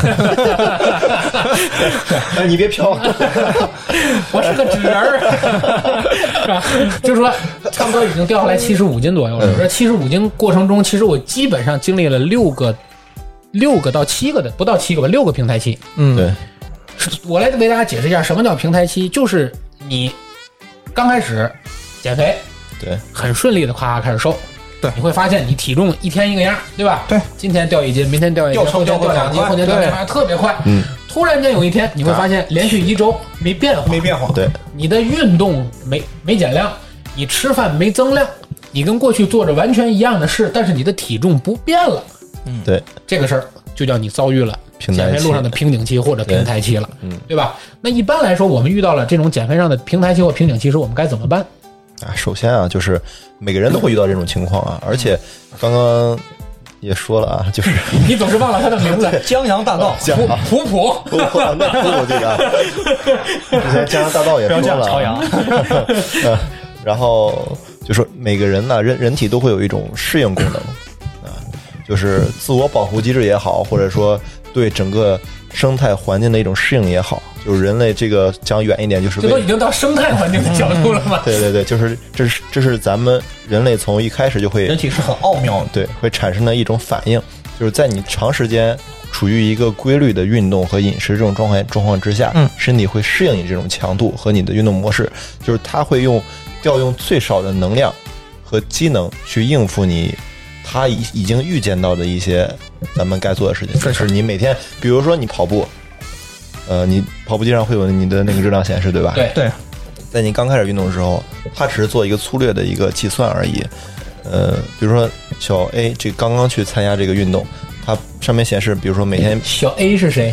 哎，你别飘， 我是个纸人儿，就是说差不多已经掉下来七十五斤左右了。这七十五斤过程中，其实我基本上经历了六个、六个到七个的，不到七个吧，六个平台期。 嗯， 对。 我来为大家解释一下什么叫平台期，就是你刚开始减肥， 对， 很顺利的夸开始瘦。 对， 你会发现你体重一天一个样，对吧？ 对， 今天掉一斤，明天掉一斤，后天掉两斤，后天掉两斤，特别快。 嗯， 突然间有一天，你会发现连续一周没变化， 没变化。 对， 你的运动没没减量，你吃饭没增量，你跟过去做着完全一样的事，但是你的体重不变了。 嗯，对， 这个事儿就叫你遭遇了减肥路上的瓶颈期或者平台期了， 嗯， 对吧？那一般来说，我们遇到了这种减肥上的平台期或瓶颈期时，我们该怎么办？ 啊，首先啊，就是每个人都会遇到这种情况啊，而且刚刚也说了啊，就是你总是忘了他的名字， 江洋大盗， 江洋普普， 普普，那普普对啊，之前江洋大盗也说了， 朝阳， 嗯，然后就说每个人呢，人人体都会有一种适应功能啊，就是自我保护机制也好，或者说对整个生态环境的一种适应也好。就是人类这个讲远一点，就是这都已经到生态环境的角度了吗？ 对对对，就是这是这是咱们人类从一开始就会， 人体是很奥妙的， 对，会产生的一种反应，就是在你长时间处于一个规律的运动和饮食这种状态状况之下， 嗯， 身体会适应你这种强度和你的运动模式，就是它会用调用最少的能量和机能去应付你。他已已经预见到的一些咱们该做的事情，就是你每天，比如说你跑步。呃，你跑步机上会有你的那个热量显示，对吧？ 对对， 在你刚开始运动的时候，它只是做一个粗略的一个计算而已。呃，比如说小 A 这刚刚去参加这个运动，它上面显示，比如说每天小 A 是谁？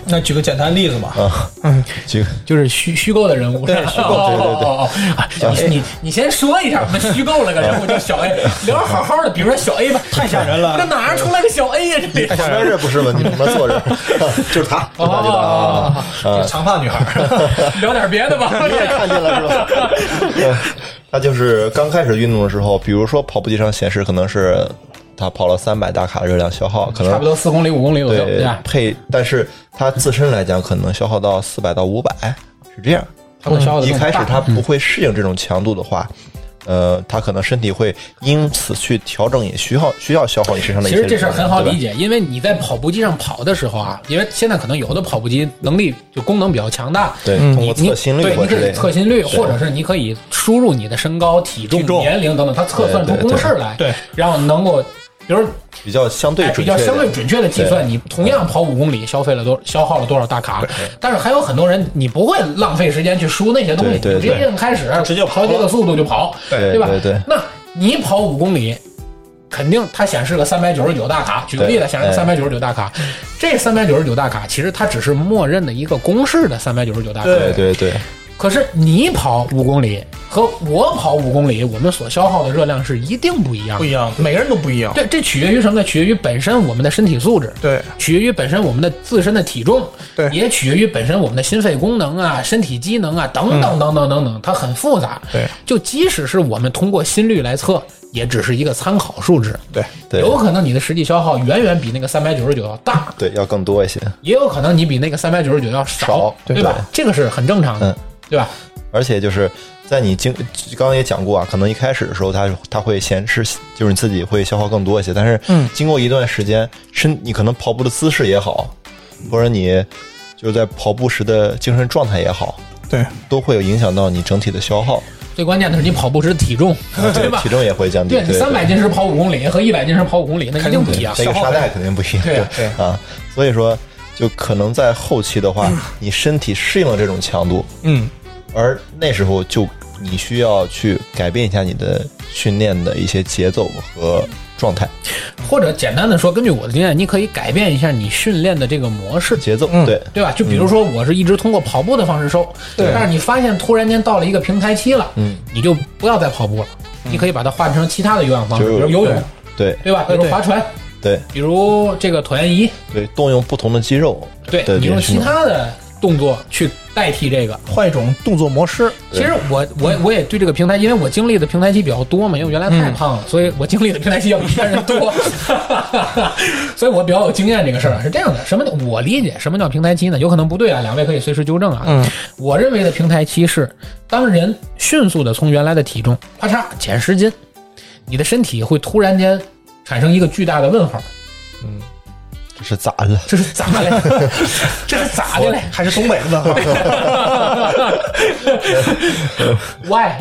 那举个简单例子吧。 啊，嗯，举个就是虚虚构的人物， 对，虚构， 对对对。 哦哦，你你先说一下，我们虚构了个人物叫小 A， 聊好好的，比如说小 A 吧， 太吓人了， 这哪儿出来个小 A 呀？这里旁边这不是问题，旁边坐着，就是他，就他，就他，啊， 长发女孩， 聊点别的吧。 你也看见了是吧？他就是刚开始运动的时候，比如说跑步机上显示可能是他跑了三百大卡热量消耗，可能差不多四公里五公里左右， 对吧？配，但是他自身来讲，可能消耗到四百到五百，是这样。 他会消耗的一开始他不会适应这种强度的话。呃，他可能身体会因此去调整，也需要需要消耗你身上的一些。 其实这事儿很好理解，因为你在跑步机上跑的时候啊，因为现在可能有的跑步机能力就功能比较强大， 对，通过测心率， 对，你可以测心率，或者是你可以输入你的身高、体重、年龄等等，它测算出公式来， 对， 然后能够。比如比较相对准确、 比较相对准确的计算，你同样跑五公里消费了多消耗了多少大卡，但是还有很多人你不会浪费时间去输那些东西， 对对对， 直接开始直接调节个速度就跑， 对对吧？ 对对， 那你跑五公里，肯定它显示个三百九十九大卡，举个例子，显示个三百九十九大卡，这三百九十九大卡其实它只是默认的一个公式的三百九十九大卡， 对对对。 可是你跑五公里和我跑五公里，我们所消耗的热量是一定不一样的， 不一样，每个人都不一样。 对，这取决于什么呢？取决于本身我们的身体素质， 对， 取决于本身我们的自身的体重， 对， 也取决于本身我们的心肺功能啊、身体机能啊等等等等等等，它很复杂。 对， 就即使是我们通过心率来测，也只是一个参考数值。 对， 对， 有可能你的实际消耗远远比那个三百九十九要大， 对，要更多一些。 也有可能你比那个三百九十九要少， 少对吧？对，这个是很正常的， 嗯， 对吧？ 而且就是在你经刚刚也讲过啊，可能一开始的时候它它会显示就是你自己会消耗更多一些，但是经过一段时间，身你可能跑步的姿势也好，或者你就是在跑步时的精神状态也好， 对， 都会有影响到你整体的消耗。 最关键的是你跑步时的体重，对吧？ 体重也会降低。 对，你三百斤时跑五公里和一百斤时跑五公里，那一定不一样。 那个沙袋肯定不一样。 对对啊，所以说就可能在后期的话，你身体适应了这种强度， 嗯。 而那时候就你需要去改变一下你的训练的一些节奏和状态， 或者简单的说，根据我的经验，你可以改变一下你训练的这个模式节奏， 嗯、 对对吧？就比如说我是一直通过跑步的方式瘦， 对， 但是你发现突然间到了一个平台期了， 嗯， 你就不要再跑步了，嗯、你可以把它换成其他的有氧方式，比如游泳， 对对吧？比如划船， 对， 比如这个椭圆仪， 对，动用不同的肌肉， 对，你用其他的动作去代替这个， 换一种动作模式。 其实我我我也对这个平台，因为我经历的平台期比较多嘛，因为我原来太胖了，嗯、所以我经历的平台期要比其他人多，所以我比较有经验。这个事儿是这样的，什么我理解什么叫平台期呢？有可能不对啊，两位可以随时纠正啊。 嗯， 我认为的平台期是当人迅速的从原来的体重啪嚓减十斤，你的身体会突然间产生一个巨大的问号。 嗯。这是咋了？ 这是咋的？这是咋的嘞？ 还是东北的 ？Why？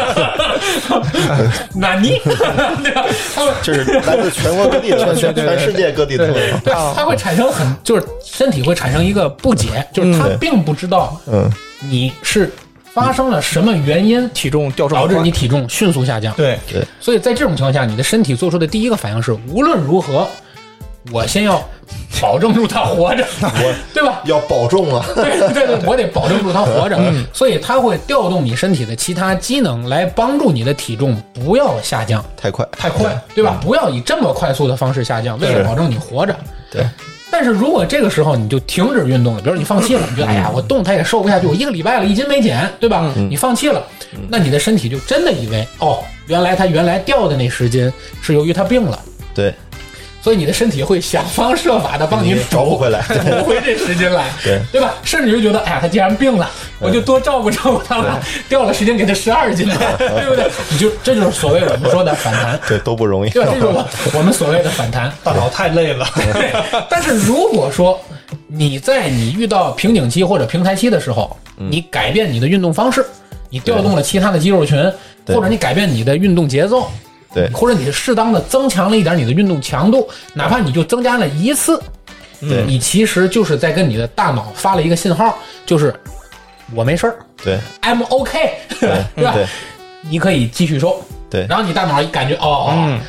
哪尼？ 这是来自全国各地的，全全世界各地的。 对，它会产生很，就是身体会产生一个不解，就是它并不知道，嗯，你是发生了什么原因， 体重掉这么导致你体重迅速下降。 对对， 所以在这种情况下，你的身体做出的第一个反应是，无论如何。我先要保证住他活着， 我对吧？ 要保重啊！ 对对对，我得保证住他活着，嗯、所以他会调动你身体的其他机能来帮助你的体重不要下降太快， 太快，对吧？不要以这么快速的方式下降，为了保证你活着。 对。 但是如果这个时候你就停止运动了，比如你放弃了，你觉得哎呀，我动它也瘦不下去，我一个礼拜了，一斤没减，对吧？嗯、你放弃了，那你的身体就真的以为哦，原来他原来掉的那十斤是由于他病了。 对。 所以你的身体会想方设法的帮你补回来， 补回这十斤来， 对对吧？甚至就觉得，哎呀，他既然病了，我就多照顾照顾他吧，掉了十斤给他十二斤，对不对？你就这就是所谓我们说的反弹， 对，都不容易， 对吧？这是我我们所谓的反弹， 大脑太累了。 对，但是如果说你在你遇到瓶颈期或者平台期的时候，你改变你的运动方式，你调动了其他的肌肉群，或者你改变你的运动节奏。 对， 或者你适当的增强了一点你的运动强度，哪怕你就增加了一次， 对， 你其实就是在跟你的大脑发了一个信号，就是我没事儿， 对 ，I'm OK， 对, 对吧？ 对， 你可以继续瘦， 对， 然后你大脑一感觉哦，嗯，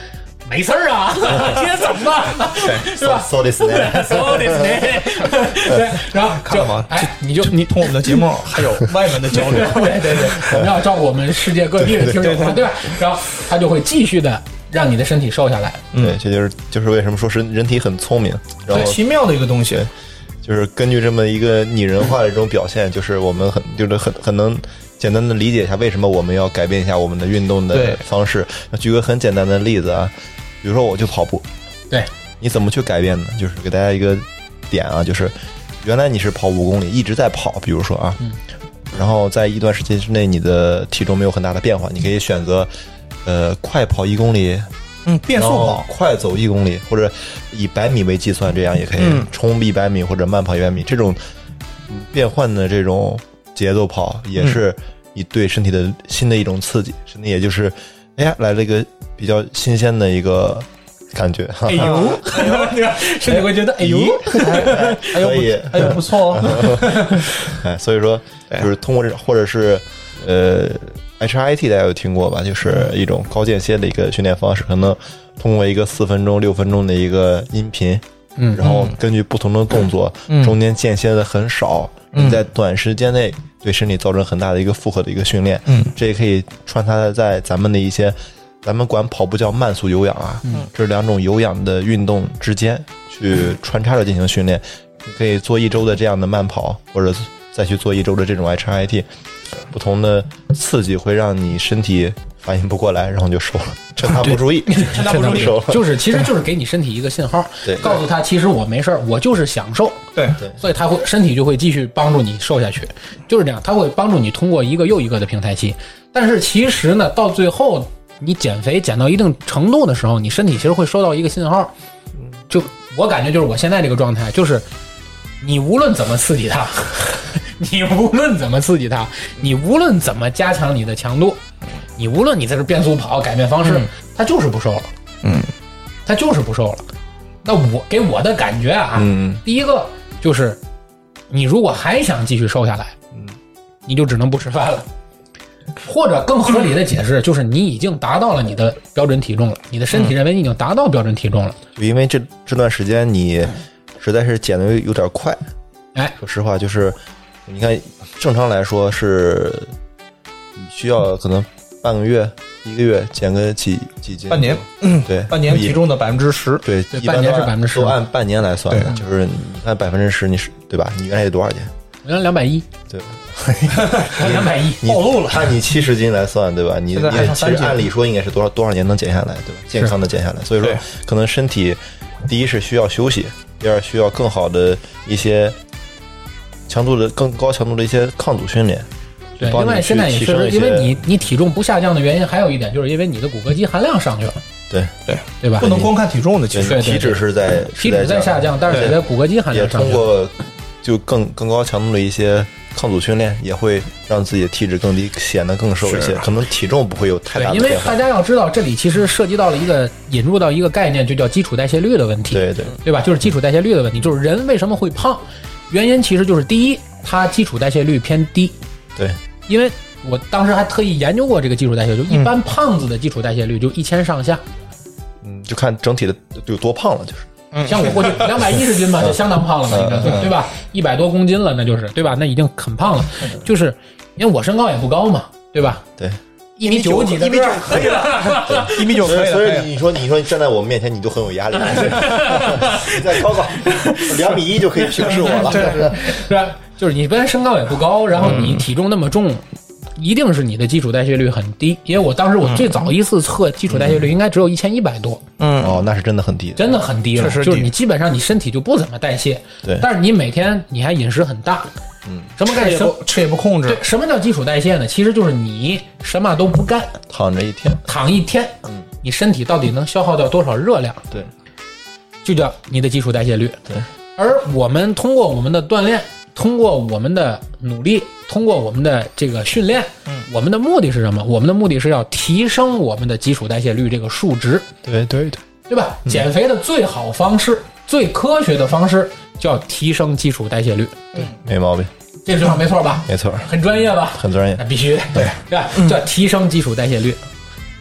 没事儿啊，今天怎么办？是吧 ？So this day, so this day， 对，然后看了吗？ 哎，你就你通我们的节目还有外文的交流， 对对对，我们要照顾我们世界各地的听众嘛，对吧？然后他就会继续的让你的身体瘦下来。 对，这就是就是为什么说是人体很聪明，然后奇妙的一个东西。 就是根据这么一个拟人化的这种表现，就是我们很就是很很能简单的理解一下为什么我们要改变一下我们的运动的方式。举个很简单的例子啊，比如说我去跑步， 对， 你怎么去改变呢？就是给大家一个点啊，就是原来你是跑五公里一直在跑，比如说啊， 嗯， 然后在一段时间之内你的体重没有很大的变化，你可以选择呃快跑一公里。 嗯，变速跑， 快走一公里，或者以百米为计算，这样也可以、嗯、冲一百米或者慢跑一百米。这种变换的这种节奏跑，也是你对身体的新的一种刺激，身体也就是，哎呀，来了一个比较新鲜的一个感觉。 哎呦，身体会觉得哎呦， 哎呦，哎呦不错哦。 哎，所以说就是通过这种，或者是呃。H I I T 大家有听过吧？就是一种高间歇的一个训练方式，可能通过一个四分钟、六分钟的一个音频， 嗯， 然后根据不同的动作， 嗯、 中间间歇的很少，嗯、你在短时间内对身体造成很大的一个负荷的一个训练， 嗯， 这也可以穿插在咱们的一些，咱们管跑步叫慢速有氧啊， 嗯， 这是两种有氧的运动之间去穿插着进行训练，你可以做一周的这样的慢跑，或者再去做一周的这种 H I I T。不同的刺激会让你身体反应不过来，然后就瘦了，趁他不注意， 趁他不注意，就是其实就是给你身体一个信号， 对， 告诉他其实我没事儿，我就是享受， 对对， 所以他会身体就会继续帮助你瘦下去，就是这样，他会帮助你通过一个又一个的平台期。但是其实呢，到最后你减肥减到一定程度的时候，你身体其实会收到一个信号，就我感觉就是我现在这个状态，就是你无论怎么刺激它。你无论怎么刺激它，你无论怎么加强你的强度，你无论你这是变速跑改变方式，它就是不瘦了。 嗯， 它就是不瘦了。那我给我的感觉啊， 嗯， 第一个就是你如果还想继续瘦下来， 嗯， 你就只能不吃饭了。或者更合理的解释就是你已经达到了你的标准体重了，你的身体认为你已经达到标准体重了。 就因为这这段时间你实在是减的有点快， 哎， 说实话就是。你看，正常来说是你需要可能半个月、一个月减个几几斤， 半年， 嗯，对， 半年体重的百分之十， 对， 对，半年是百分之十， 都按半年来算的，就是你看百分之十，你是对吧？你原来得多少斤？ 我原来两百一， 对， 两百一， 暴露了。 按你七十斤来算，对吧？你你其实按理说应该是多少多少年能减下来，对吧？健康的减下来，所以说可能身体第一是需要休息，第二需要更好的一些。强度的更高强度的一些抗阻训练， 对。另外，现在也确实，因为你你体重不下降的原因，还有一点就是因为你的骨骼肌含量上去了。 对对对吧？ 不能光看体重的，其实体脂是在体脂在下降，但是你的骨骼肌含量上去了。 也通过就更更高强度的一些抗阻训练，也会让自己的体脂更低，显得更瘦一些。可能体重不会有太大的变化。 因为大家要知道，这里其实涉及到了一个引入到一个概念，就叫基础代谢率的问题。 对对对吧？就是基础代谢率的问题，就是人为什么会胖？原因其实就是第一，它基础代谢率偏低。 对， 因为我当时还特意研究过这个基础代谢率，一般胖子的基础代谢率就一千上下。 嗯，就看整体的有多胖了，就是。 嗯，像我过去两百一十斤嘛，就相当胖了嘛，应该对对吧？一百多公斤了，那就是对吧？那已经很胖了，就是因为我身高也不高嘛，对吧？ 对。 一米九几的， 一米九可以了，一米九可以了。 所以你说，你说你站在我们面前，你都很有压力。你再高高，两米一就可以平视我了， 是吧？就是你本来身高也不高，然后你体重那么重，一定是你的基础代谢率很低。因为我当时我最早一次测基础代谢率应该只有一千一百多。 嗯，哦，那是真的很低， 真的很低了。就是你基本上你身体就不怎么代谢， 对， 但是你每天你还饮食很大。 嗯， 什么概念？ 吃也不控制。 对，什么叫基础代谢呢？其实就是你什么都不干， 躺着一天， 躺一天， 嗯， 你身体到底能消耗掉多少热量？ 对， 就叫你的基础代谢率。 对， 而我们通过我们的锻炼，通过我们的努力，通过我们的这个训练， 嗯， 我们的目的是什么？我们的目的是要提升我们的基础代谢率这个数值。 对对对， 对吧？嗯、减肥的最好方式、最科学的方式叫提升基础代谢率。 对，没毛病。 这句话没错吧？ 没错， 很专业吧？ 很专业， 那必须对，对吧？叫提升基础代谢率。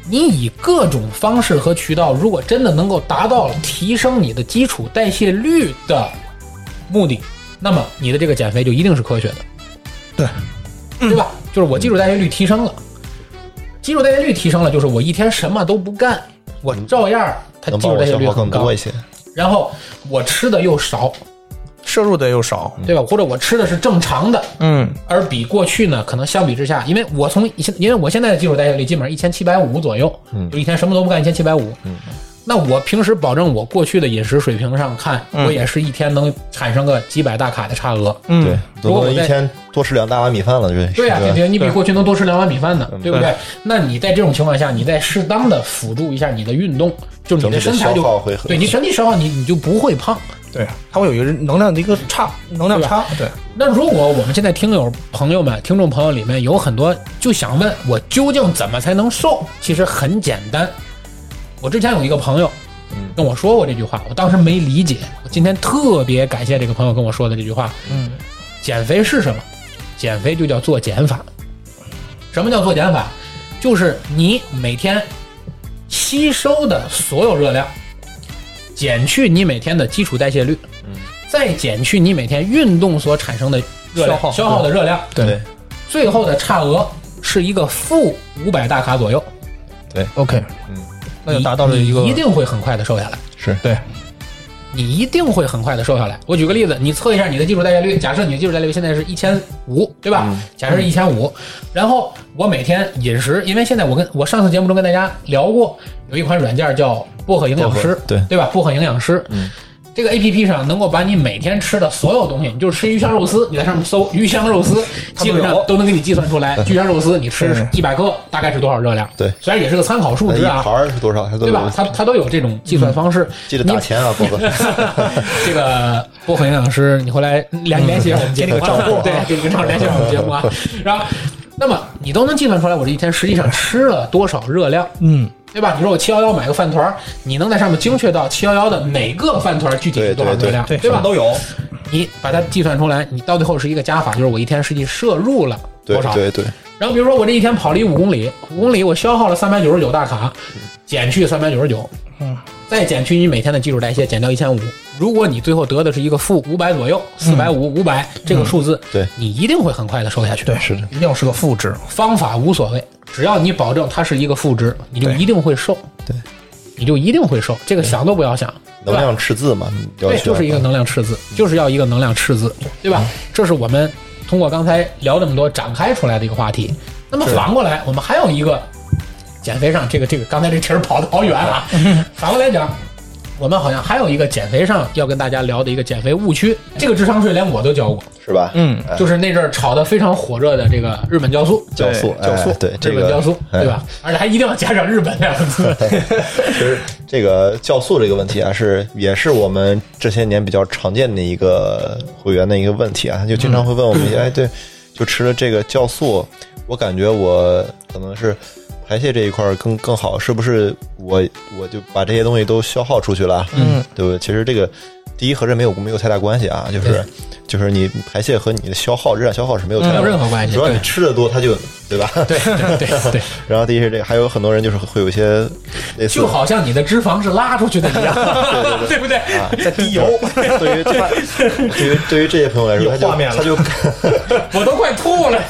你以各种方式和渠道，如果真的能够达到提升你的基础代谢率的目的，那么你的这个减肥就一定是科学的， 对， 对吧？就是我基础代谢率提升了，基础代谢率提升了，就是我一天什么都不干，我照样它基础代谢率很高一些，然后我吃的又少。 摄入的又少， 对吧？或者我吃的是正常的， 嗯， 而比过去呢，可能相比之下，因为我从因为我现在的基础代谢率基本上一千七百五左右，嗯，就一天什么都不干一千七百五，嗯，那我平时保证我过去的饮食水平上看，嗯、我也是一天能产生个几百大卡的差额， 嗯，对，如果我一天多吃两大碗米饭了，对， 对呀、啊，对，你比过去能多吃两碗米饭呢，对不对？那你在这种情况下，你再适当的辅助一下你的运动，就你的身材就对你身体消耗你你就不会胖。 对，它会有一个能量的一个差，能量差。对， 那如果我们现在听友朋友们、听众朋友里面有很多就想问我究竟怎么才能瘦？其实很简单。我之前有一个朋友跟我说过这句话，我当时没理解。我今天特别感谢这个朋友跟我说的这句话。嗯，减肥是什么？减肥就叫做减法。什么叫做减法？就是你每天吸收的所有热量。减去你每天的基础代谢率，嗯，再减去你每天运动所产生的热量消耗消耗的热量， 对， 最后的差额是一个负五百大卡左右， 对 ，OK， 嗯，那就达到了一个， 你一定会很快的瘦下来， 是对， 你一定会很快的瘦下来。我举个例子，你测一下你的基础代谢率，假设你的基础代谢率现在是一千五，对吧？嗯、假设是一千五，然后我每天饮食，因为现在我跟我上次节目中跟大家聊过，有一款软件叫薄荷营养师， 对对吧？薄荷营养师，嗯，这个 A P P 上能够把你每天吃的所有东西，你就是吃鱼香肉丝，你在上面搜鱼香肉丝，基本上都能给你计算出来，鱼香肉丝你吃一百克大概是多少热量？ 对， 虽然也是个参考数值啊， 一盘是多少？它都对吧？它它都有这种计算方式。嗯、 记得打钱啊，薄荷。 这个薄荷营养师，你回来联联系我们节目账户，对，给你个账户联系我们节目啊。然后，那么你都能计算出来，我这一天实际上吃了多少热量？嗯。对吧？你说我七一一买个饭团，你能在上面精确到七一一的哪个饭团具体是多少热量， 对对吧？ 都有， 你把它计算出来，你到最后是一个加法，就是我一天实际摄入了多少？ 对对对。 然后比如说我这一天跑了一五公里，五公里我消耗了三百九十九大卡，减去三百九十九，嗯，再减去你每天的基础代谢，减掉一千五。如果你最后得的是一个负五百左右，四百五、五百这个数字， 嗯、对， 你一定会很快的瘦下去。 对，是的，一定是个负值。 方法无所谓，只要你保证它是一个负值，你就一定会瘦。 对， 你就一定会瘦，这个想都不要想。 能量赤字嘛？ 对，就是一个能量赤字，就是要一个能量赤字，对吧？这是我们通过刚才聊这么多展开出来的一个话题。那么反过来，我们还有一个减肥上，这个这个刚才这题儿跑得好远啊。反过来讲。我们好像还有一个减肥上要跟大家聊的一个减肥误区，这个智商税连我都教过， 是吧？ 嗯，就是那阵儿炒得非常火热的这个日本酵素， 酵素， 酵素， 对， 日本酵素，对吧？而且还一定要加上日本两个字。 其实这个酵素这个问题啊，是也是我们这些年比较常见的一个会员的一个问题啊，他就经常会问我们，哎，对，就吃了这个酵素，我感觉我可能是。排泄这一块更更好，是不是我我就把这些东西都消耗出去了？嗯，对不对？其实这个第一和这没有没有太大关系啊，就是就是你排泄和你的消耗热量消耗是没有太大、 嗯、没有任何关系。 主要你吃的多，它就对吧？ 对对对对。 然后第一是这个，还有很多人就是会有一些类似， 就好像你的脂肪是拉出去的一样， 对对对， 对不对？ 啊， 在滴油。 对于这对于对于这些朋友来说，他就他就我都快吐了。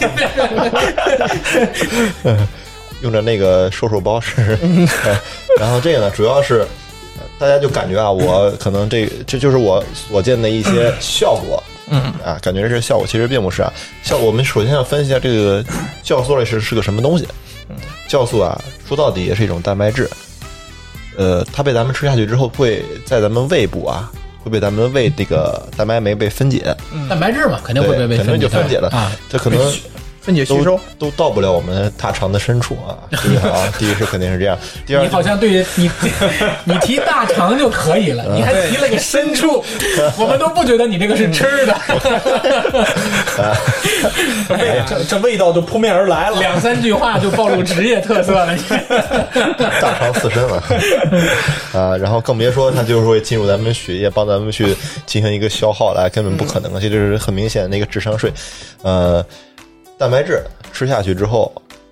用着那个瘦瘦包是，然后这个呢，主要是大家就感觉啊，我可能这这就是我所见的一些效果，嗯啊，感觉这是效果，其实并不是啊。效我们首先要分析一下这个酵素类是是个什么东西。酵素啊，说到底也是一种蛋白质，呃，它被咱们吃下去之后，会在咱们胃部啊，会被咱们的胃这个蛋白酶被分解， 嗯、蛋白质嘛，肯定会被被肯定就分解了啊， 这可能。 分解吸收都, 都到不了我们大肠的深处啊！第一啊，第一是肯定是这样。第二， 你好像对于你你提大肠就可以了，你还提了个深处，我们都不觉得你这个是吃的。 哎呀，这这味道就扑面而来了， 两三句话就暴露职业特色了。 大肠刺身了啊！然后更别说它就是会进入咱们血液，帮咱们去进行一个消耗来，根本不可能。这就是很明显的一个智商税，呃。蛋白质吃下去之后，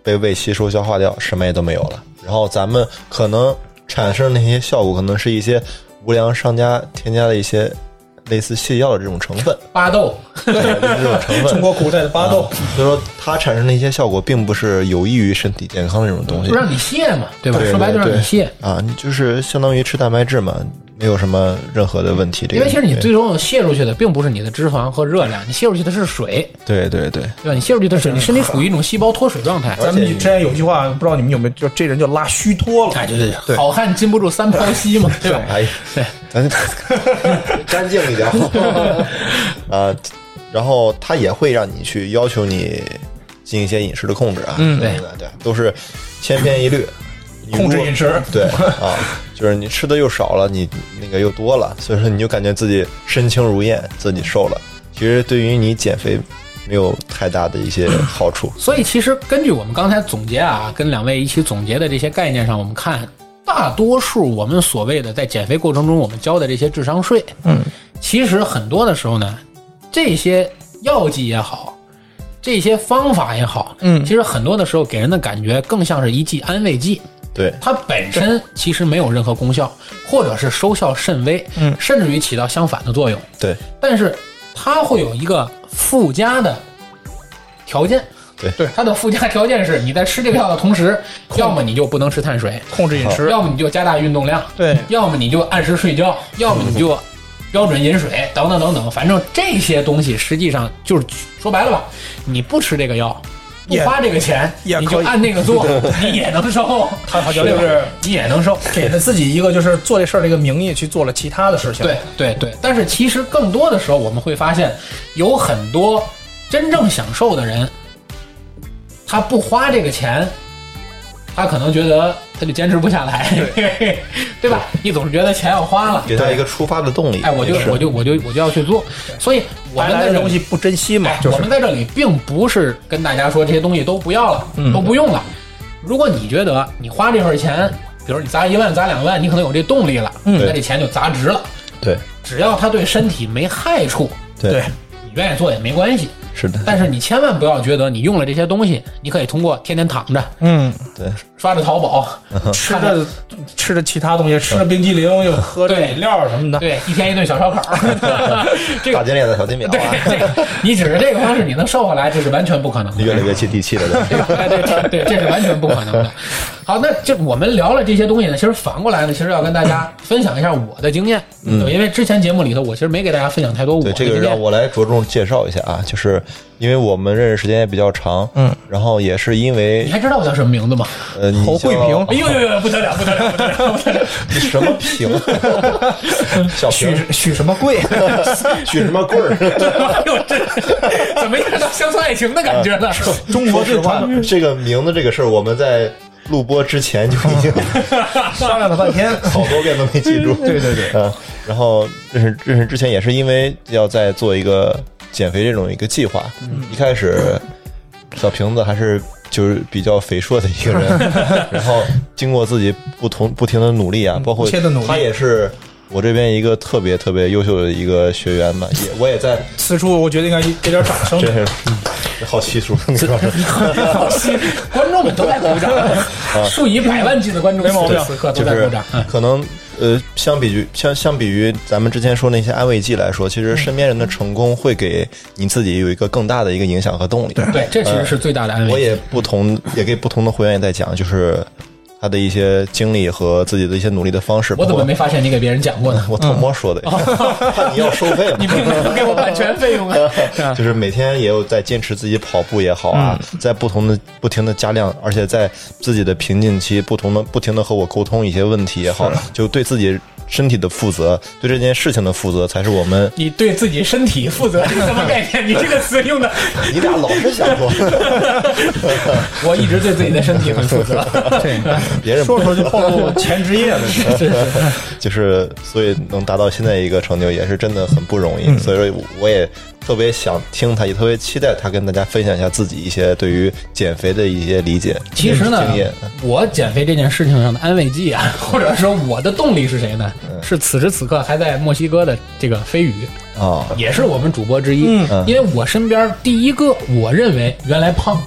被胃吸收消化掉，什么也都没有了。然后咱们可能产生的那些效果，可能是一些无良商家添加的一些类似泻药的这种成分， 巴豆， 对这种成分， 中国古代的巴豆， 啊、所以说它产生的一些效果，并不是有益于身体健康的这种东西， 就让你泻嘛，对吧？ 对对对， 说白就让你泻啊，你就是相当于吃蛋白质嘛。没有什么任何的问题，这个因为其实你最终泄出去的并不是你的脂肪和热量，你泄出去的是水。 对对对， 对吧？你泄出去的水，你身体处于一种细胞脱水状态。 咱们之前有句话，不知道你们有没有，就这人就拉虚脱了。 哎，对对对，好汉禁不住三泡稀嘛，对吧？ 哎，对，咱干净一点啊。然后他也会让你去要求你进行一些饮食的控制啊。 嗯，对对对，都是千篇一律。 控制饮食， 对啊，就是你吃的又少了，你那个又多了，所以说你就感觉自己身轻如燕，自己瘦了。其实对于你减肥没有太大的一些好处。 所以其实根据我们刚才总结啊，跟两位一起总结的这些概念上，我们看大多数我们所谓的在减肥过程中我们交的这些智商税，嗯，其实很多的时候呢，这些药剂也好，这些方法也好，嗯，其实很多的时候给人的感觉更像是一剂安慰剂。 对， 它本身其实没有任何功效，或者是收效甚微，嗯，甚至于起到相反的作用。 对， 但是它会有一个附加的条件。 对对，它的附加条件是你在吃这个药的同时，要么你就不能吃碳水， 控制饮食； 要么你就加大运动量， 对； 要么你就按时睡觉，要么你就标准饮水，等等等等。反正这些东西实际上就是说白了吧，你不吃这个药。不花这个钱，你就按那个做，你也能瘦。 他好像就是你也能瘦， 给了自己一个就是做这事儿这个名义去做了其他的事情。 对对对，但是其实更多的时候我们会发现，有很多真正享受的人，他不花这个钱，他可能觉得他就坚持不下来，对, 对吧？你总是觉得钱要花了， 给他一个出发的动力。 哎，我就我就我就我就要去做，所以我们在这东西不珍惜嘛、 哎就是。 我们在这里并不是跟大家说这些东西都不要了，嗯、都不用了。如果你觉得你花这份钱，比如你砸一万砸两万，你可能有这动力了，嗯、那这钱就砸值了。 对， 只要它对身体没害处， 对， 你愿意做也没关系。 是的， 但是你千万不要觉得你用了这些东西，你可以通过天天躺着， 嗯，对， 刷着淘宝， 吃着吃着其他东西，吃着冰激凌，又喝着饮料什么的， 对，一天一顿小烧烤， 这个大金链子小金表、啊， 对，这个你指着这个方式你能瘦下来，这是完全不可能的， 越来越接地气了， 对吧？对对对，这是完全不可能的。好，那这我们聊了这些东西呢，其实反过来呢，其实要跟大家分享一下我的经验，嗯，因为之前节目里头我其实没给大家分享太多我的经验， 对，这个让我来着重介绍一下啊，就是因为我们认识时间也比较长，嗯，然后也是因为你还知道我叫什么名字吗？ 呃， 侯慧萍， 哎呦呦呦，不得了，不得了，不得了，不得了， 你什么萍？小许许什么贵？ 许什么贵儿？ 哎呦，这怎么有点乡村爱情的感觉呢？ 中国最传这个名字这个事儿，我们在录播之前就已经商量了半天， 好多遍都没记住。 对对对， 嗯，然后认识认识之前也是因为要在做一个减肥这种一个计划，嗯、一开始小瓶子还是就是比较肥硕的一个人，然后经过自己不同不停的努力啊，包括他也是我这边一个特别特别优秀的一个学员嘛，也我也在此处，我觉得应该给点掌声。 真是。好稀疏，你说好稀，观众们都在鼓掌，数以百万计的观众，没毛病，此刻都在鼓掌。 就是、可能呃，相比于相相比于咱们之前说那些安慰剂来说，其实身边人的成功会给你自己有一个更大的一个影响和动力。 对，这其实是最大的安慰剂。 呃、我也不同，也给不同的会员也在讲，就是他的一些经历和自己的一些努力的方式。 我怎么没发现你给别人讲过呢？ 我偷摸说的，怕、嗯、你要收费嘛？ 你凭什么给我版权费用啊？ 就是每天也有在坚持自己跑步也好啊，嗯、在不同的不停的加量，而且在自己的瓶颈期，不同的不停的和我沟通一些问题也好，就对自己身体的负责，对这件事情的负责，才是我们。 你对自己身体负责是什么概念？你这个词用的， 你俩老是想说。 我一直对自己的身体很负责。 对。 别人说说就暴露前职业了， 是是， 就是所以能达到现在一个成就，也是真的很不容易。嗯、所以说，我也特别想听他，也特别期待他跟大家分享一下自己一些对于减肥的一些理解。 其实呢， 经验我减肥这件事情上的安慰剂啊，或者说我的动力是谁呢？嗯、是此时此刻还在墨西哥的这个飞宇啊，哦、也是我们主播之一。嗯、因为我身边第一个我认为原来胖。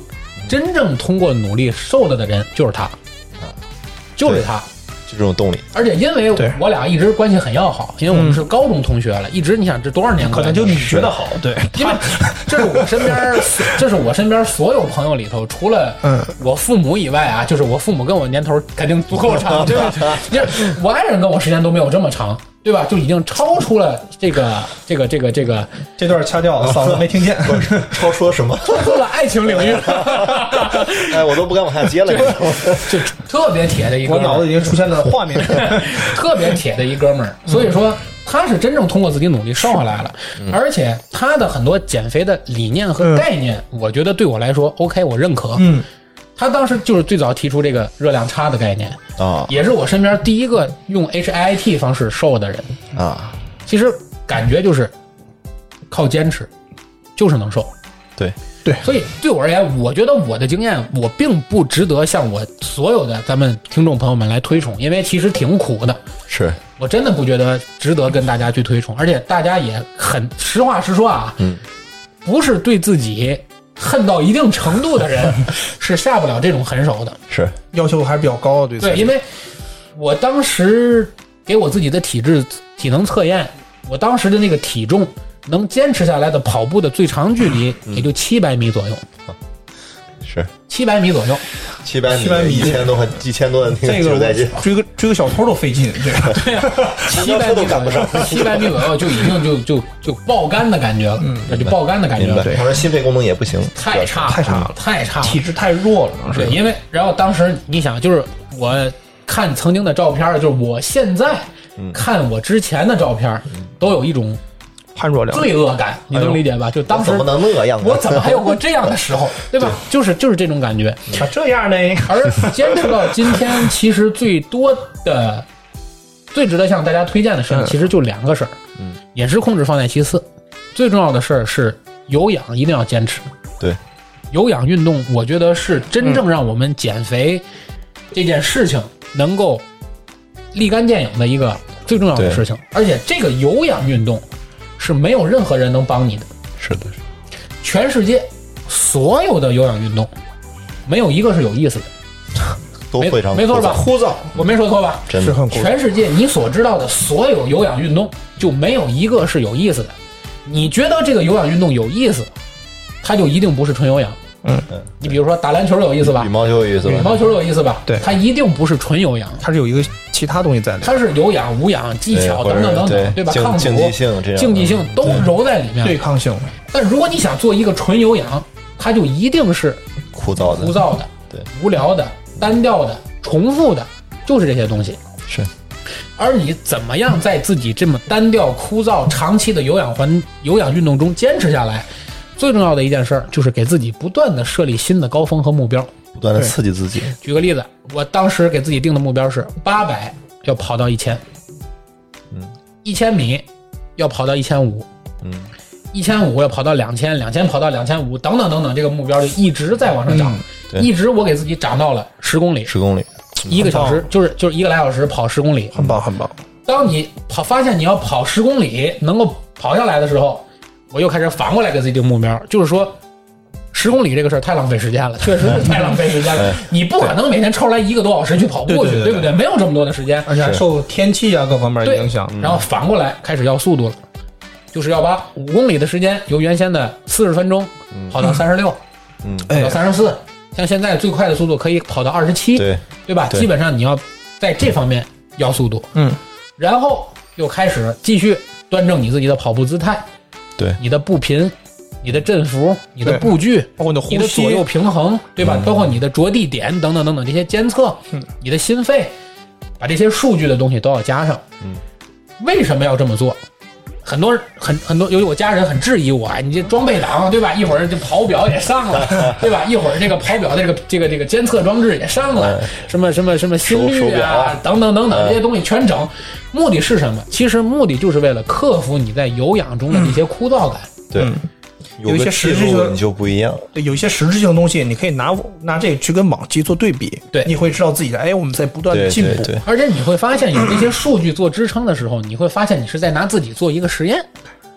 真正通过努力瘦的的人就是他，就是他。 就这种动力， 而且因为我俩一直关系很要好，因为我们是高中同学了，一直你想这多少年可能就你学的好，对， 因为这是我身边，这是我身边所有朋友里头，除了我父母以外啊，就是我父母跟我年头肯定足够长，对吧？就是我爱人跟我时间都没有这么长，对吧？就已经超出了这个这个这个这个这段掐掉，嫂子没听见， 超出了什么？ 超出了爱情领域了。 哎，我都不敢往下接了， 就特别铁的一个， 我脑子已经出现了画面， 特别铁的一哥们儿。所以说，他是真正通过自己努力瘦下来了，而且他的很多减肥的理念和概念，我觉得对我来说 OK， 我认可。嗯。他当时就是最早提出这个热量差的概念啊， 也是我身边第一个用 H I I T 方式瘦的人啊。 其实感觉就是靠坚持，就是能瘦。 对对， 所以对我而言，我觉得我的经验，我并不值得向我所有的咱们听众朋友们来推崇，因为其实挺苦的。 是我真的不觉得值得跟大家去推崇，而且大家也很实话实说啊， 嗯， 不是对自己恨到一定程度的人是下不了这种狠手的， 是要求还是比较高的。对对，因为我当时给我自己的体质体能测验，我当时的那个体重能坚持下来的跑步的最长距离也就七百米左右， 嗯、是七百米左右， 七百米，七百米，一千多，一千多的那个就带劲， 追个追个小偷都费劲，对吧？ 对呀、啊，七百米都赶不上， 七百米左右就已经就就就爆肝的感觉了，嗯，这就爆肝的感觉了。 对，他说心肺功能也不行， 太差太差了， 太差了， 体质太弱了。 对，因为然后当时你想，就是我看曾经的照片，就是我现在看我之前的照片，都有一种判若两罪恶感，你能理解吧？就当时怎么能那样？ 我怎么还有过这样的时候，对吧？就是就是这种感觉。 啊，这样呢？ 而坚持到今天，其实最多的、最值得向大家推荐的事，其实就两个事儿。嗯，饮食控制放在其次，最重要的事儿是有氧一定要坚持。 对， 有氧运动，我觉得是真正让我们减肥这件事情能够立竿见影的一个最重要的事情。而且这个有氧运动是没有任何人能帮你的。 是的， 全世界所有的有氧运动，没有一个是有意思的， 都非常没错吧？ 枯燥， 我没说错吧？ 真的， 全世界你所知道的所有有氧运动，就没有一个是有意思的。你觉得这个有氧运动有意思，它就一定不是纯有氧。 嗯嗯，你比如说打篮球有意思吧？ 羽毛球有意思吧？ 羽毛球有意思吧？ 对， 它一定不是纯有氧， 它是有一个其他东西在里面， 它是有氧、无氧、技巧等等等等，对吧？抗阻、 竞技性、这样竞技性都揉在里面， 对抗性。 但如果你想做一个纯有氧，它就一定是枯燥的、 枯燥的、 对、 无聊的、单调的、重复的，就是这些东西。 是。 而你怎么样在自己这么单调、枯燥、长期的有氧环有氧运动中坚持下来？最重要的一件事就是给自己不断的设立新的高峰和目标， 不断的刺激自己。 举个例子，我当时给自己定的目标是八百要跑到一千， 嗯， 一千米要跑到一千五， 嗯， 一千五要跑到两千，两千跑到两千五，等等等等，这个目标就一直在往上涨， 嗯、 一直我给自己涨到了十公里， 十公里， 一个小时就是就是一个来小时跑十公里， 很棒很棒。 当你跑发现你要跑十公里能够跑下来的时候，我又开始反过来给自己定目标，就是说十公里这个事儿太浪费时间了，确实是太浪费时间了。你不可能每天抽出来一个多小时去跑步去，对不对？没有这么多的时间， 而且还受天气啊各方面影响。 然后反过来开始要速度了，就是要把五公里的时间由原先的四十分钟跑到三十六， 嗯， 跑到三十四，像现在最快的速度可以跑到二十七， 对对吧？基本上你要在这方面要速度， 嗯， 然后又开始继续端正你自己的跑步姿态。 对， 你的步频、你的振幅、你的步距， 包括你的呼吸、 你的左右平衡，对吧？ 嗯、 包括你的着地点等等等等这些监测，嗯，你的心肺，把这些数据的东西都要加上。 嗯， 为什么要这么做？很多很很多，由于我家人很质疑我，你这装备党，对吧？一会儿这跑表也上了，对吧？一会儿这个跑表的这个这个这个监测装置也上了，嗯、什么什么什么心率啊，等等等等这些东西全整。目的是什么？其实目的就是为了克服你在有氧中的这些枯燥感。 嗯、对， 嗯、有一些实质性的你就不一样。 对，有一些实质性的东西，你可以拿拿这个去跟往期做对比。 对， 你会知道自己的，哎，我们在不断的进步。 对对对， 而且你会发现有这些数据做支撑的时候，你会发现你是在拿自己做一个实验。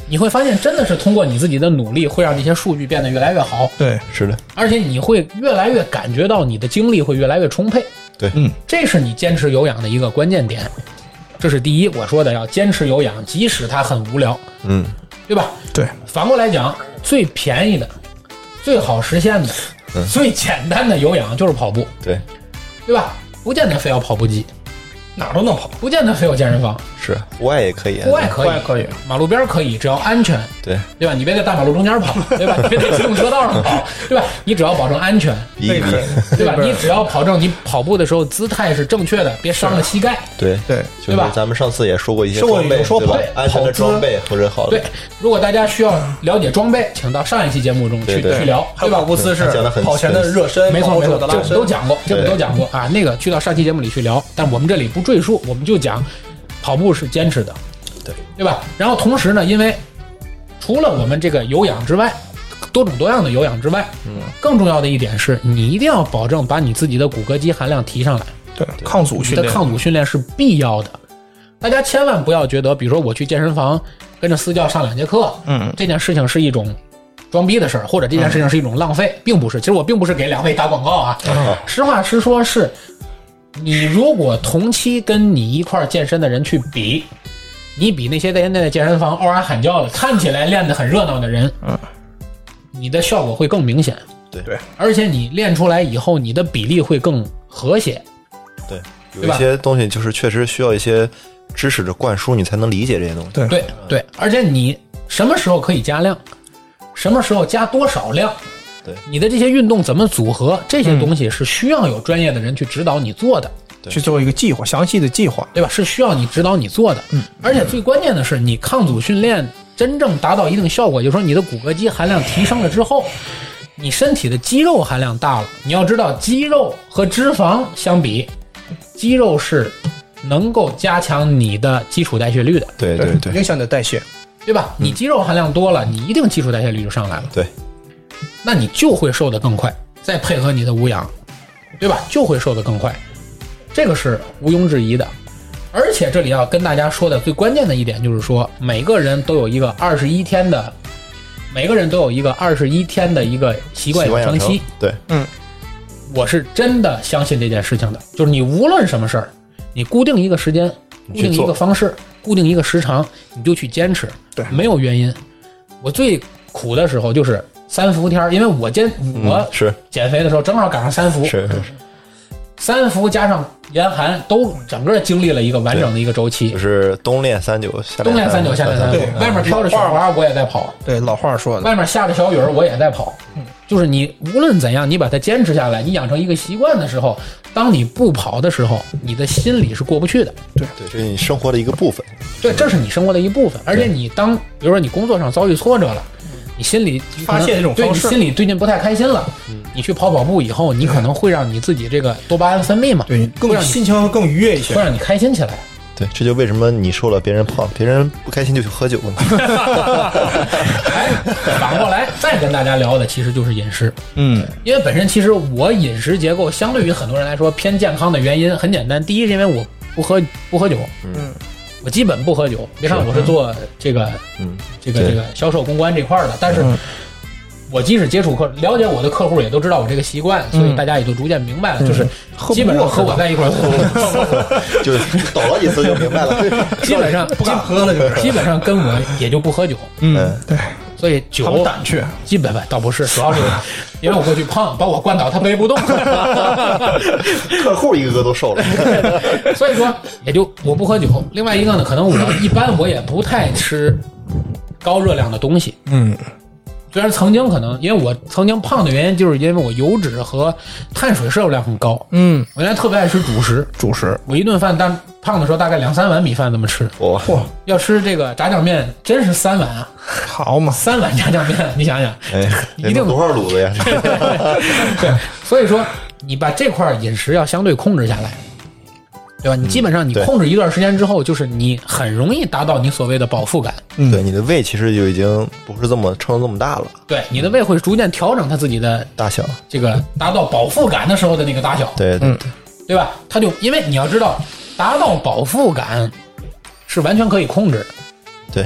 你会发现真的是通过你自己的努力会让这些数据变得越来越好。 对， 是的， 而且你会越来越感觉到你的精力会越来越充沛。 对， 嗯， 这是你坚持有氧的一个关键点。这是第一，我说的要坚持有氧，即使它很无聊， 嗯， 对吧？ 对。 反过来讲，最便宜的、最好实现的、嗯、最简单的有氧就是跑步， 对， 对吧？不见得非要跑步机。 哪儿都能跑， 不见得非有健身房， 是户外也可以， 户外可以， 户外可以， 马路边可以，只要安全， 对对吧？你别在大马路中间跑，对吧？你别在机动车道上跑，对吧？你只要保证安全， 对对吧？你只要保证你跑步的时候姿态是正确的，别伤了膝盖， 对对， 对吧？ 咱们上次也说过一些装备， 说对吧？安全的装备或者好的。 对，如果大家需要了解装备，请到上一期节目中去去聊，对吧？ 跑步姿势、跑前的热身， 没错没错， 这都讲过，这个都讲过啊。那个去到上期节目里去聊，但我们这里不赘述，我们就讲。讲跑步是坚持的， 对对吧？然后同时呢，因为除了我们这个有氧之外，多种多样的有氧之外，嗯，更重要的一点是你一定要保证把你自己的骨骼肌含量提上来。 对，抗阻训练， 你的抗阻训练是必要的。大家千万不要觉得，比如说我去健身房跟着私教上两节课，嗯，这件事情是一种装逼的事儿，或者这件事情是一种浪费，嗯、并不是。其实我并不是给两位打广告啊，嗯、实话实说是。你如果同期跟你一块健身的人去比，你比那些在那健身房嗷嗷喊叫的看起来练得很热闹的人，嗯，你的效果会更明显。 对对， 而且你练出来以后，你的比例会更和谐。 对，有一些东西就是确实需要一些知识的灌输，你才能理解这些东西。 对对对，而且你什么时候可以加量，什么时候加多少量。 对， 你的这些运动怎么组合，这些东西是需要有专业的人去指导你做的， 嗯、去做一个计划，详细的计划， 对吧？是需要你指导你做的。嗯，而且最关键的是，你抗阻训练真正达到一定效果，就是说你的骨骼肌含量提升了之后，你身体的肌肉含量大了。你要知道，肌肉和脂肪相比，肌肉是能够加强你的基础代谢率的。 对对对， 影响你的代谢， 对吧？你肌肉含量多了，你一定基础代谢率就上来了。 对。 那你就会瘦得更快，再配合你的无氧，对吧？就会瘦得更快，这个是毋庸置疑的。而且这里要跟大家说的最关键的一点就是说，每个人都有一个二十一天的，每个人都有一个二十一天的一个习惯养成期。 对， 嗯，我是真的相信这件事情的，就是你无论什么事儿，你固定一个时间，固定一个方式，固定一个时长，你就去坚持。 对， 没有原因。我最苦的时候就是三伏天，因为我减我是减肥的时候正好赶上三伏， 是是是， 三伏加上严寒，都整个经历了一个完整的一个周期， 就是冬练三九，夏冬练三九，夏练三伏，外面飘着雪花我也在跑， 对，老话说的， 外面下着小雨我也在跑，就是你无论怎样，你把它坚持下来，你养成一个习惯的时候，当你不跑的时候，你的心里是过不去的。 对对，这是你生活的一个部分。 对，这是你生活的一部分，而且你当比如说你工作上遭遇挫折了。你心里发现这种方式， 对你心里最近不太开心了，嗯、你去跑跑步以后，你可能会让你自己这个多巴胺分泌嘛， 对，更心情更愉悦一些， 会让你开心起来。 对，这就为什么你说了别人胖，别人不开心就去喝酒了。 哎，反过来再跟大家聊的其实就是饮食， 嗯， 因为本身其实我饮食结构相对于很多人来说偏健康的原因很简单，第一是因为我不喝不喝酒，嗯。我基本不喝酒，别看我是做这个，嗯，这个这个销售公关这块的，但是我即使接触客，了解我的客户也都知道我这个习惯，所以大家也都逐渐明白了，就是基本上和我在一块儿， 就抖了几次就明白了， 基本上不敢喝了，就是基本上跟我也就不喝酒， 嗯，对。 所以酒他胆怯， 基本吧倒不是，主要是因为我过去胖，把我灌倒，他背不动。 客户一个个都瘦了， 所以说也就我不喝酒。另外一个呢，可能我一般我也不太吃高热量的东西。 嗯， 虽然曾经可能因为我曾经胖的原因，就是因为我油脂和碳水摄入量很高。 嗯， 我原来特别爱吃主食， 主食我一顿饭但胖的时候大概两三碗米饭这么吃。 哇、 哦， 要吃这个炸酱面，真是三碗啊！ 好嘛， 三碗炸酱面，你想想， 哎， 一定多少卤子呀？ 对，所以说你把这块饮食要相对控制下来，对吧？你基本上你控制一段时间之后，就是你很容易达到你所谓的饱腹感。 嗯，对，你的胃其实就已经不是这么撑这么大了。 对，你的胃会逐渐调整它自己的大小， 这个达到饱腹感的时候的那个大小。 对对对， 对吧？它就因为你要知道，达到饱腹感是完全可以控制的。 对。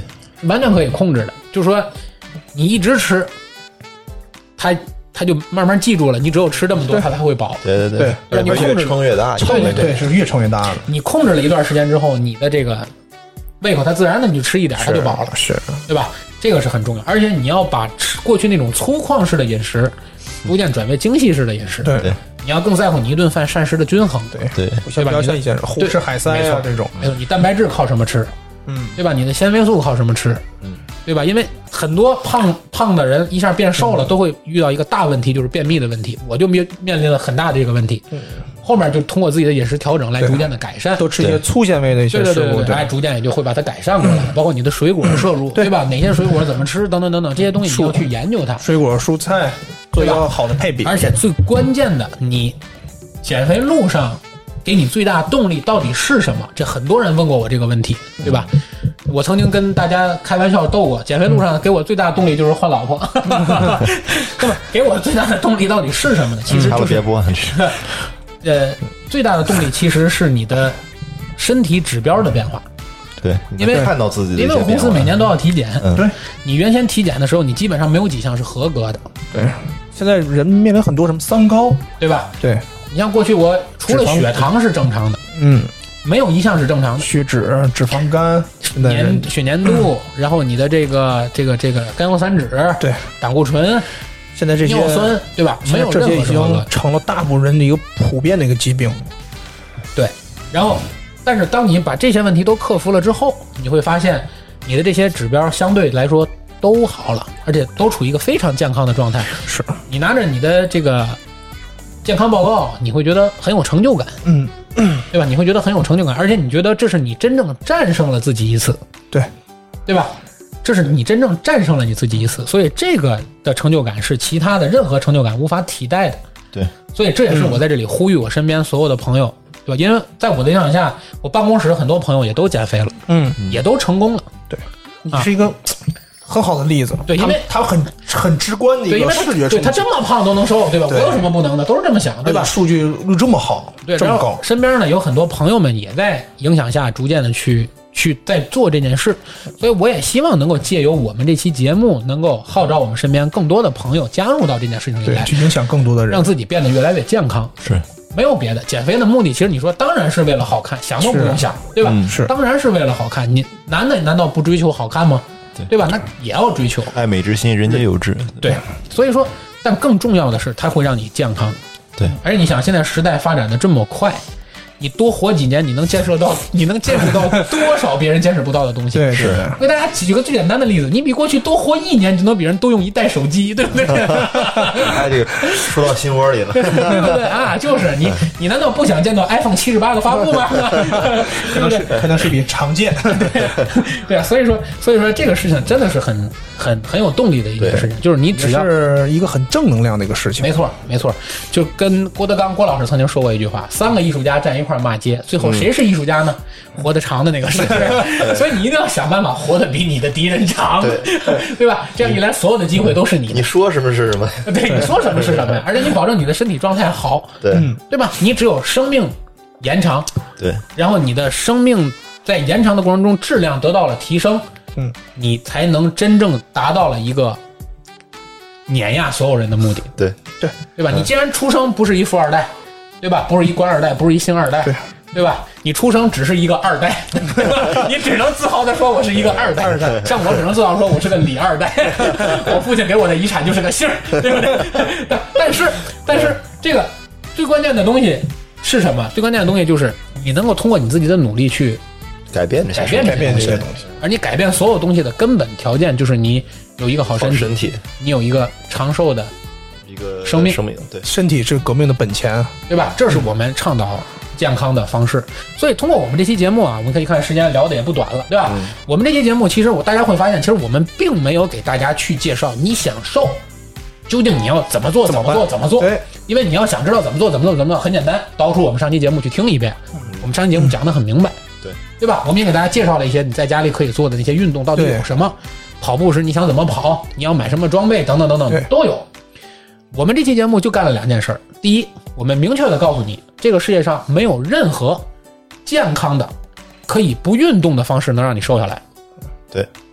完全可以控制的，就是说你一直吃，它它就慢慢记住了，你只有吃这么多，它才会饱。 对对对， 而且越撑越大。 对对对，是越撑越大的。 你控制了一段时间之后，你的这个胃口它自然的你就吃一点，它就饱了， 是， 对吧？这个是很重要，而且你要把吃过去那种粗犷式的饮食，逐渐转为精细式的饮食。 对， 你要更在乎你一顿饭膳食的均衡。 对对， 不像不要像以前胡吃海塞啊这种。 没错，你蛋白质靠什么吃？ 嗯， 对吧？你的纤维素靠什么吃？ 嗯， 对吧？因为很多胖胖的人一下变瘦了，都会遇到一个大问题，就是便秘的问题。我就面面临了很大的这个问题。嗯。后面就通过自己的饮食调整来逐渐的改善， 多吃一些粗纤维的一些食物， 对，哎，逐渐也就会把它改善过来。包括你的水果摄入，对吧？哪些水果怎么吃，等等等等，这些东西你要去研究它。 水果、蔬菜做一个好的配比， 而且最关键的，你减肥路上给你最大动力到底是什么？这很多人问过我这个问题，对吧？我曾经跟大家开玩笑逗过，减肥路上给我最大的动力就是换老婆。那么给我最大的动力到底是什么呢？其实就是。 嗯呃，最大的动力其实是你的身体指标的变化。 对， 因为看到自己的， 因为我公司每年都要体检。 嗯， 对， 你原先体检的时候，你基本上没有几项是合格的。 对，现在人面临很多什么三高， 对吧？ 对， 你像过去我除了血糖是正常的， 嗯， 没有一项是正常的。 血脂、脂肪肝、 粘血粘度，然后你的这个这个这个甘油三酯， 对， 胆固醇。 现在这些尿酸，对吧？没有这些已经成了大部分人的一个普遍的一个疾病。 对，然后，但是当你把这些问题都克服了之后，你会发现你的这些指标相对来说都好了，而且都处于一个非常健康的状态。 是你拿着你的这个健康报告，你会觉得很有成就感， 嗯， 对吧？你会觉得很有成就感，而且你觉得这是你真正战胜了自己一次， 对， 对吧？这是你真正战胜了你自己一次，所以这个的成就感是其他的任何成就感无法替代的。 对， 所以这也是我在这里呼吁我身边所有的朋友，对吧？因为在我的影响下，我办公室很多朋友也都减肥了， 嗯， 也都成功了。 对，你是一个很好的例子。 对，因为他很很直观的一个视觉， 对他这么胖都能瘦，对吧？我有什么不能的？都是这么想，对吧？ 数据这么好， 对， 这么高。 身边呢有很多朋友们也在影响下逐渐的去。去在做这件事，所以我也希望能够借由我们这期节目，能够号召我们身边更多的朋友加入到这件事情里来， 去影响更多的人， 让自己变得越来越健康。 是， 没有别的，减肥的目的其实你说当然是为了好看，想都不用想，对吧？ 嗯、 是， 当然是为了好看。你男的难道不追求好看吗？ 对， 对吧？那也要追求。 爱美之心，人皆有之。 对，所以说，但更重要的是，它会让你健康。 对， 而且你想，现在时代发展的这么快。你多活几年，你能见识到，你能见识到多少别人见识不到的东西？ 对，是。 我给大家举个最简单的例子，你比过去多活一年，就能比人多用一代手机，对不对？ 哎，这个说到心窝里了， 对不对啊？就是你，你难道不想见到 iPhone 七十八的发布吗？ 可能是，可能是比常见。 对，对啊，所以说，所以说这个事情真的是很、很、很有动力的一件事情，就是你只要是一个很正能量的一个事情。 没错，没错，就跟郭德纲郭老师曾经说过一句话：三个艺术家站一块。骂街，最后谁是艺术家呢？嗯、活得长的那个是，所以你一定要想办法活得比你的敌人长， 对, 对吧？这样一来，所有的机会都是你的。 你说什么是什么？ 对，你说什么是什么呀？而且你保证你的身体状态好， 对， 嗯、对吧？你只有生命延长， 对， 然后你的生命在延长的过程中质量得到了提升， 嗯， 你才能真正达到了一个碾压所有人的目的。 对， 对， 对吧？你既然出生不是一富二代。对吧？不是一官二代，不是一星二代， 对对吧？你出生只是一个二代，对吧？你只能自豪的说我是一个二代。二代，像我只能自豪说我是个李二代，我父亲给我的遗产就是个姓，对不对？但是，但是这个最关键的东西是什么？最关键的东西就是你能够通过你自己的努力去改变这些改变改变这些东西， 而你改变所有东西的根本条件就是你有一个好身体， 身体你有一个长寿的。 一个生命， 生命对， 身体是革命的本钱， 对吧？这是我们倡导健康的方式。所以通过我们这期节目啊，我们可以看时间聊的也不短了，对吧？嗯、我们这期节目其实我大家会发现，其实我们并没有给大家去介绍你想瘦，究竟你要怎么做，怎么做，怎么做？ 对， 因为你要想知道怎么做，怎么做，怎么做，很简单，倒出我们上期节目去听一遍，嗯、我们上期节目讲得很明白， 对对吧？我们也给大家介绍了一些你在家里可以做的那些运动到底有什么，跑步时你想怎么跑，你要买什么装备，等等等等都有。我们这期节目就干了两件事儿。第一，我们明确的告诉你，这个世界上没有任何健康的、可以不运动的方式能让你瘦下来。 对，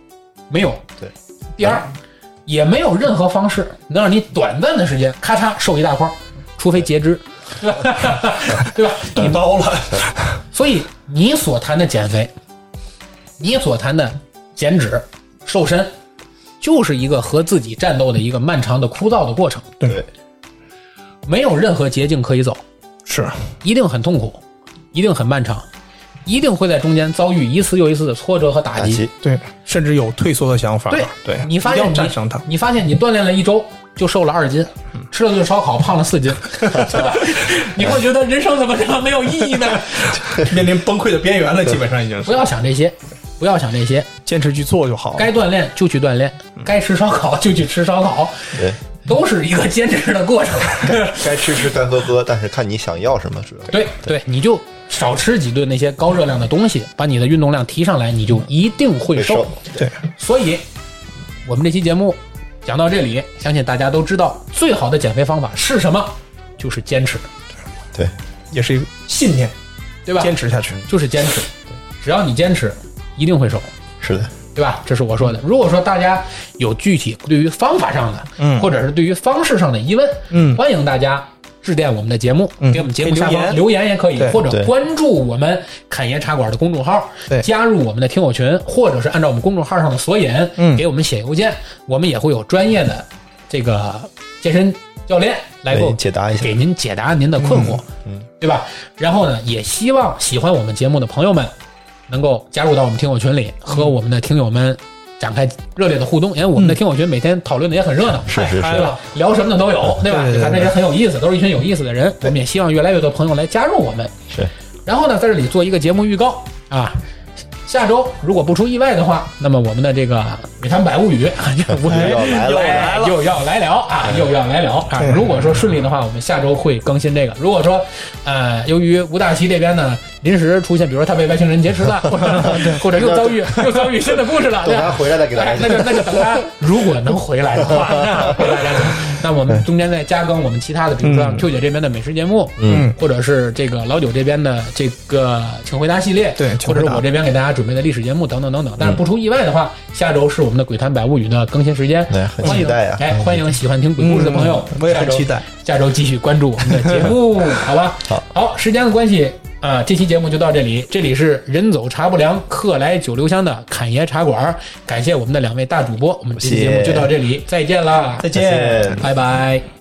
没有。 对。 第二，也没有任何方式能让你短暂的时间咔嚓瘦一大块，除非截肢，对吧？对吧？ 动刀了。 所以你所谈的减肥，你所谈的减脂、瘦身，就是一个和自己战斗的一个漫长的枯燥的过程。 对， 没有任何捷径可以走， 是一定很痛苦，一定很漫长，一定会在中间遭遇一次又一次的挫折和打击。 对，甚至有退缩的想法。 对对， 你发现你战胜它， 你发现你锻炼了一周就瘦了二斤，吃了顿烧烤胖了四斤，对吧？你会觉得人生怎么这么没有意义呢？ 面临崩溃的边缘了，基本上已经是。 不要想这些，不要想这些， 坚持去做就好。 该锻炼就去锻炼，该吃烧烤就去吃烧烤。 对。 都是一个坚持的过程， 该吃吃该喝喝，但是看你想要什么，主要对对，你就少吃几顿那些高热量的东西，把你的运动量提上来，你就一定会瘦。 对， 所以我们这期节目讲到这里，相信大家都知道最好的减肥方法是什么，就是坚持。 对， 也是一个信念， 对吧？ 坚持下去就是坚持，只要你坚持，一定会瘦。 是的。 对吧？这是我说的。如果说大家有具体对于方法上的， 嗯， 或者是对于方式上的疑问， 嗯， 欢迎大家致电我们的节目， 嗯、 给我们节目下方留言也可以，或者关注我们侃爷茶馆的公众号，加入我们的听友群，或者是按照我们公众号上的索引，嗯，给我们写邮件，我们也会有专业的这个健身教练来够解答一下， 给您解答您的困惑， 嗯，嗯对吧？然后呢，也希望喜欢我们节目的朋友们能够加入到我们听友群里，和我们的听友们展开热烈的互动，因为我们的听友群每天讨论的也很热闹， 是是是， 对吧？聊什么的都有，对吧？反正也很有意思，都是一群有意思的人。我们也希望越来越多朋友来加入我们。 是。 然后呢，在这里做一个节目预告啊，下周如果不出意外的话，那么我们的这个《美谈百物语》 又要来了， 又要来了啊，又要来了啊！如果说顺利的话，我们下周会更新这个。如果说呃，由于吴大奇这边呢临时出现，比如说他被外星人劫持了，或者或者又遭遇又遭遇新的故事了， 等他回来再给大家， 那就那就等他如果能回来的话，那给大家讲。那我们中间再加更我们其他的，比如说 Q 姐这边的美食节目， 嗯， 或者是这个老九这边的这个请回答系列， 对， 或者是我这边给大家准备的历史节目等等等等。但是不出意外的话，下周是我们的《鬼谈百物语》的更新时间， 对，很期待啊！ 哎，欢迎喜欢听鬼故事的朋友， 我也很期待。 下周继续关注我们的节目，好吧？ 好， 好，时间的关系啊、呃，这期节目就到这里。这里是人走茶不凉，客来酒留香的侃爷茶馆，感谢我们的两位大主播，我们这期节目就到这里，再见啦， 再见， 拜拜。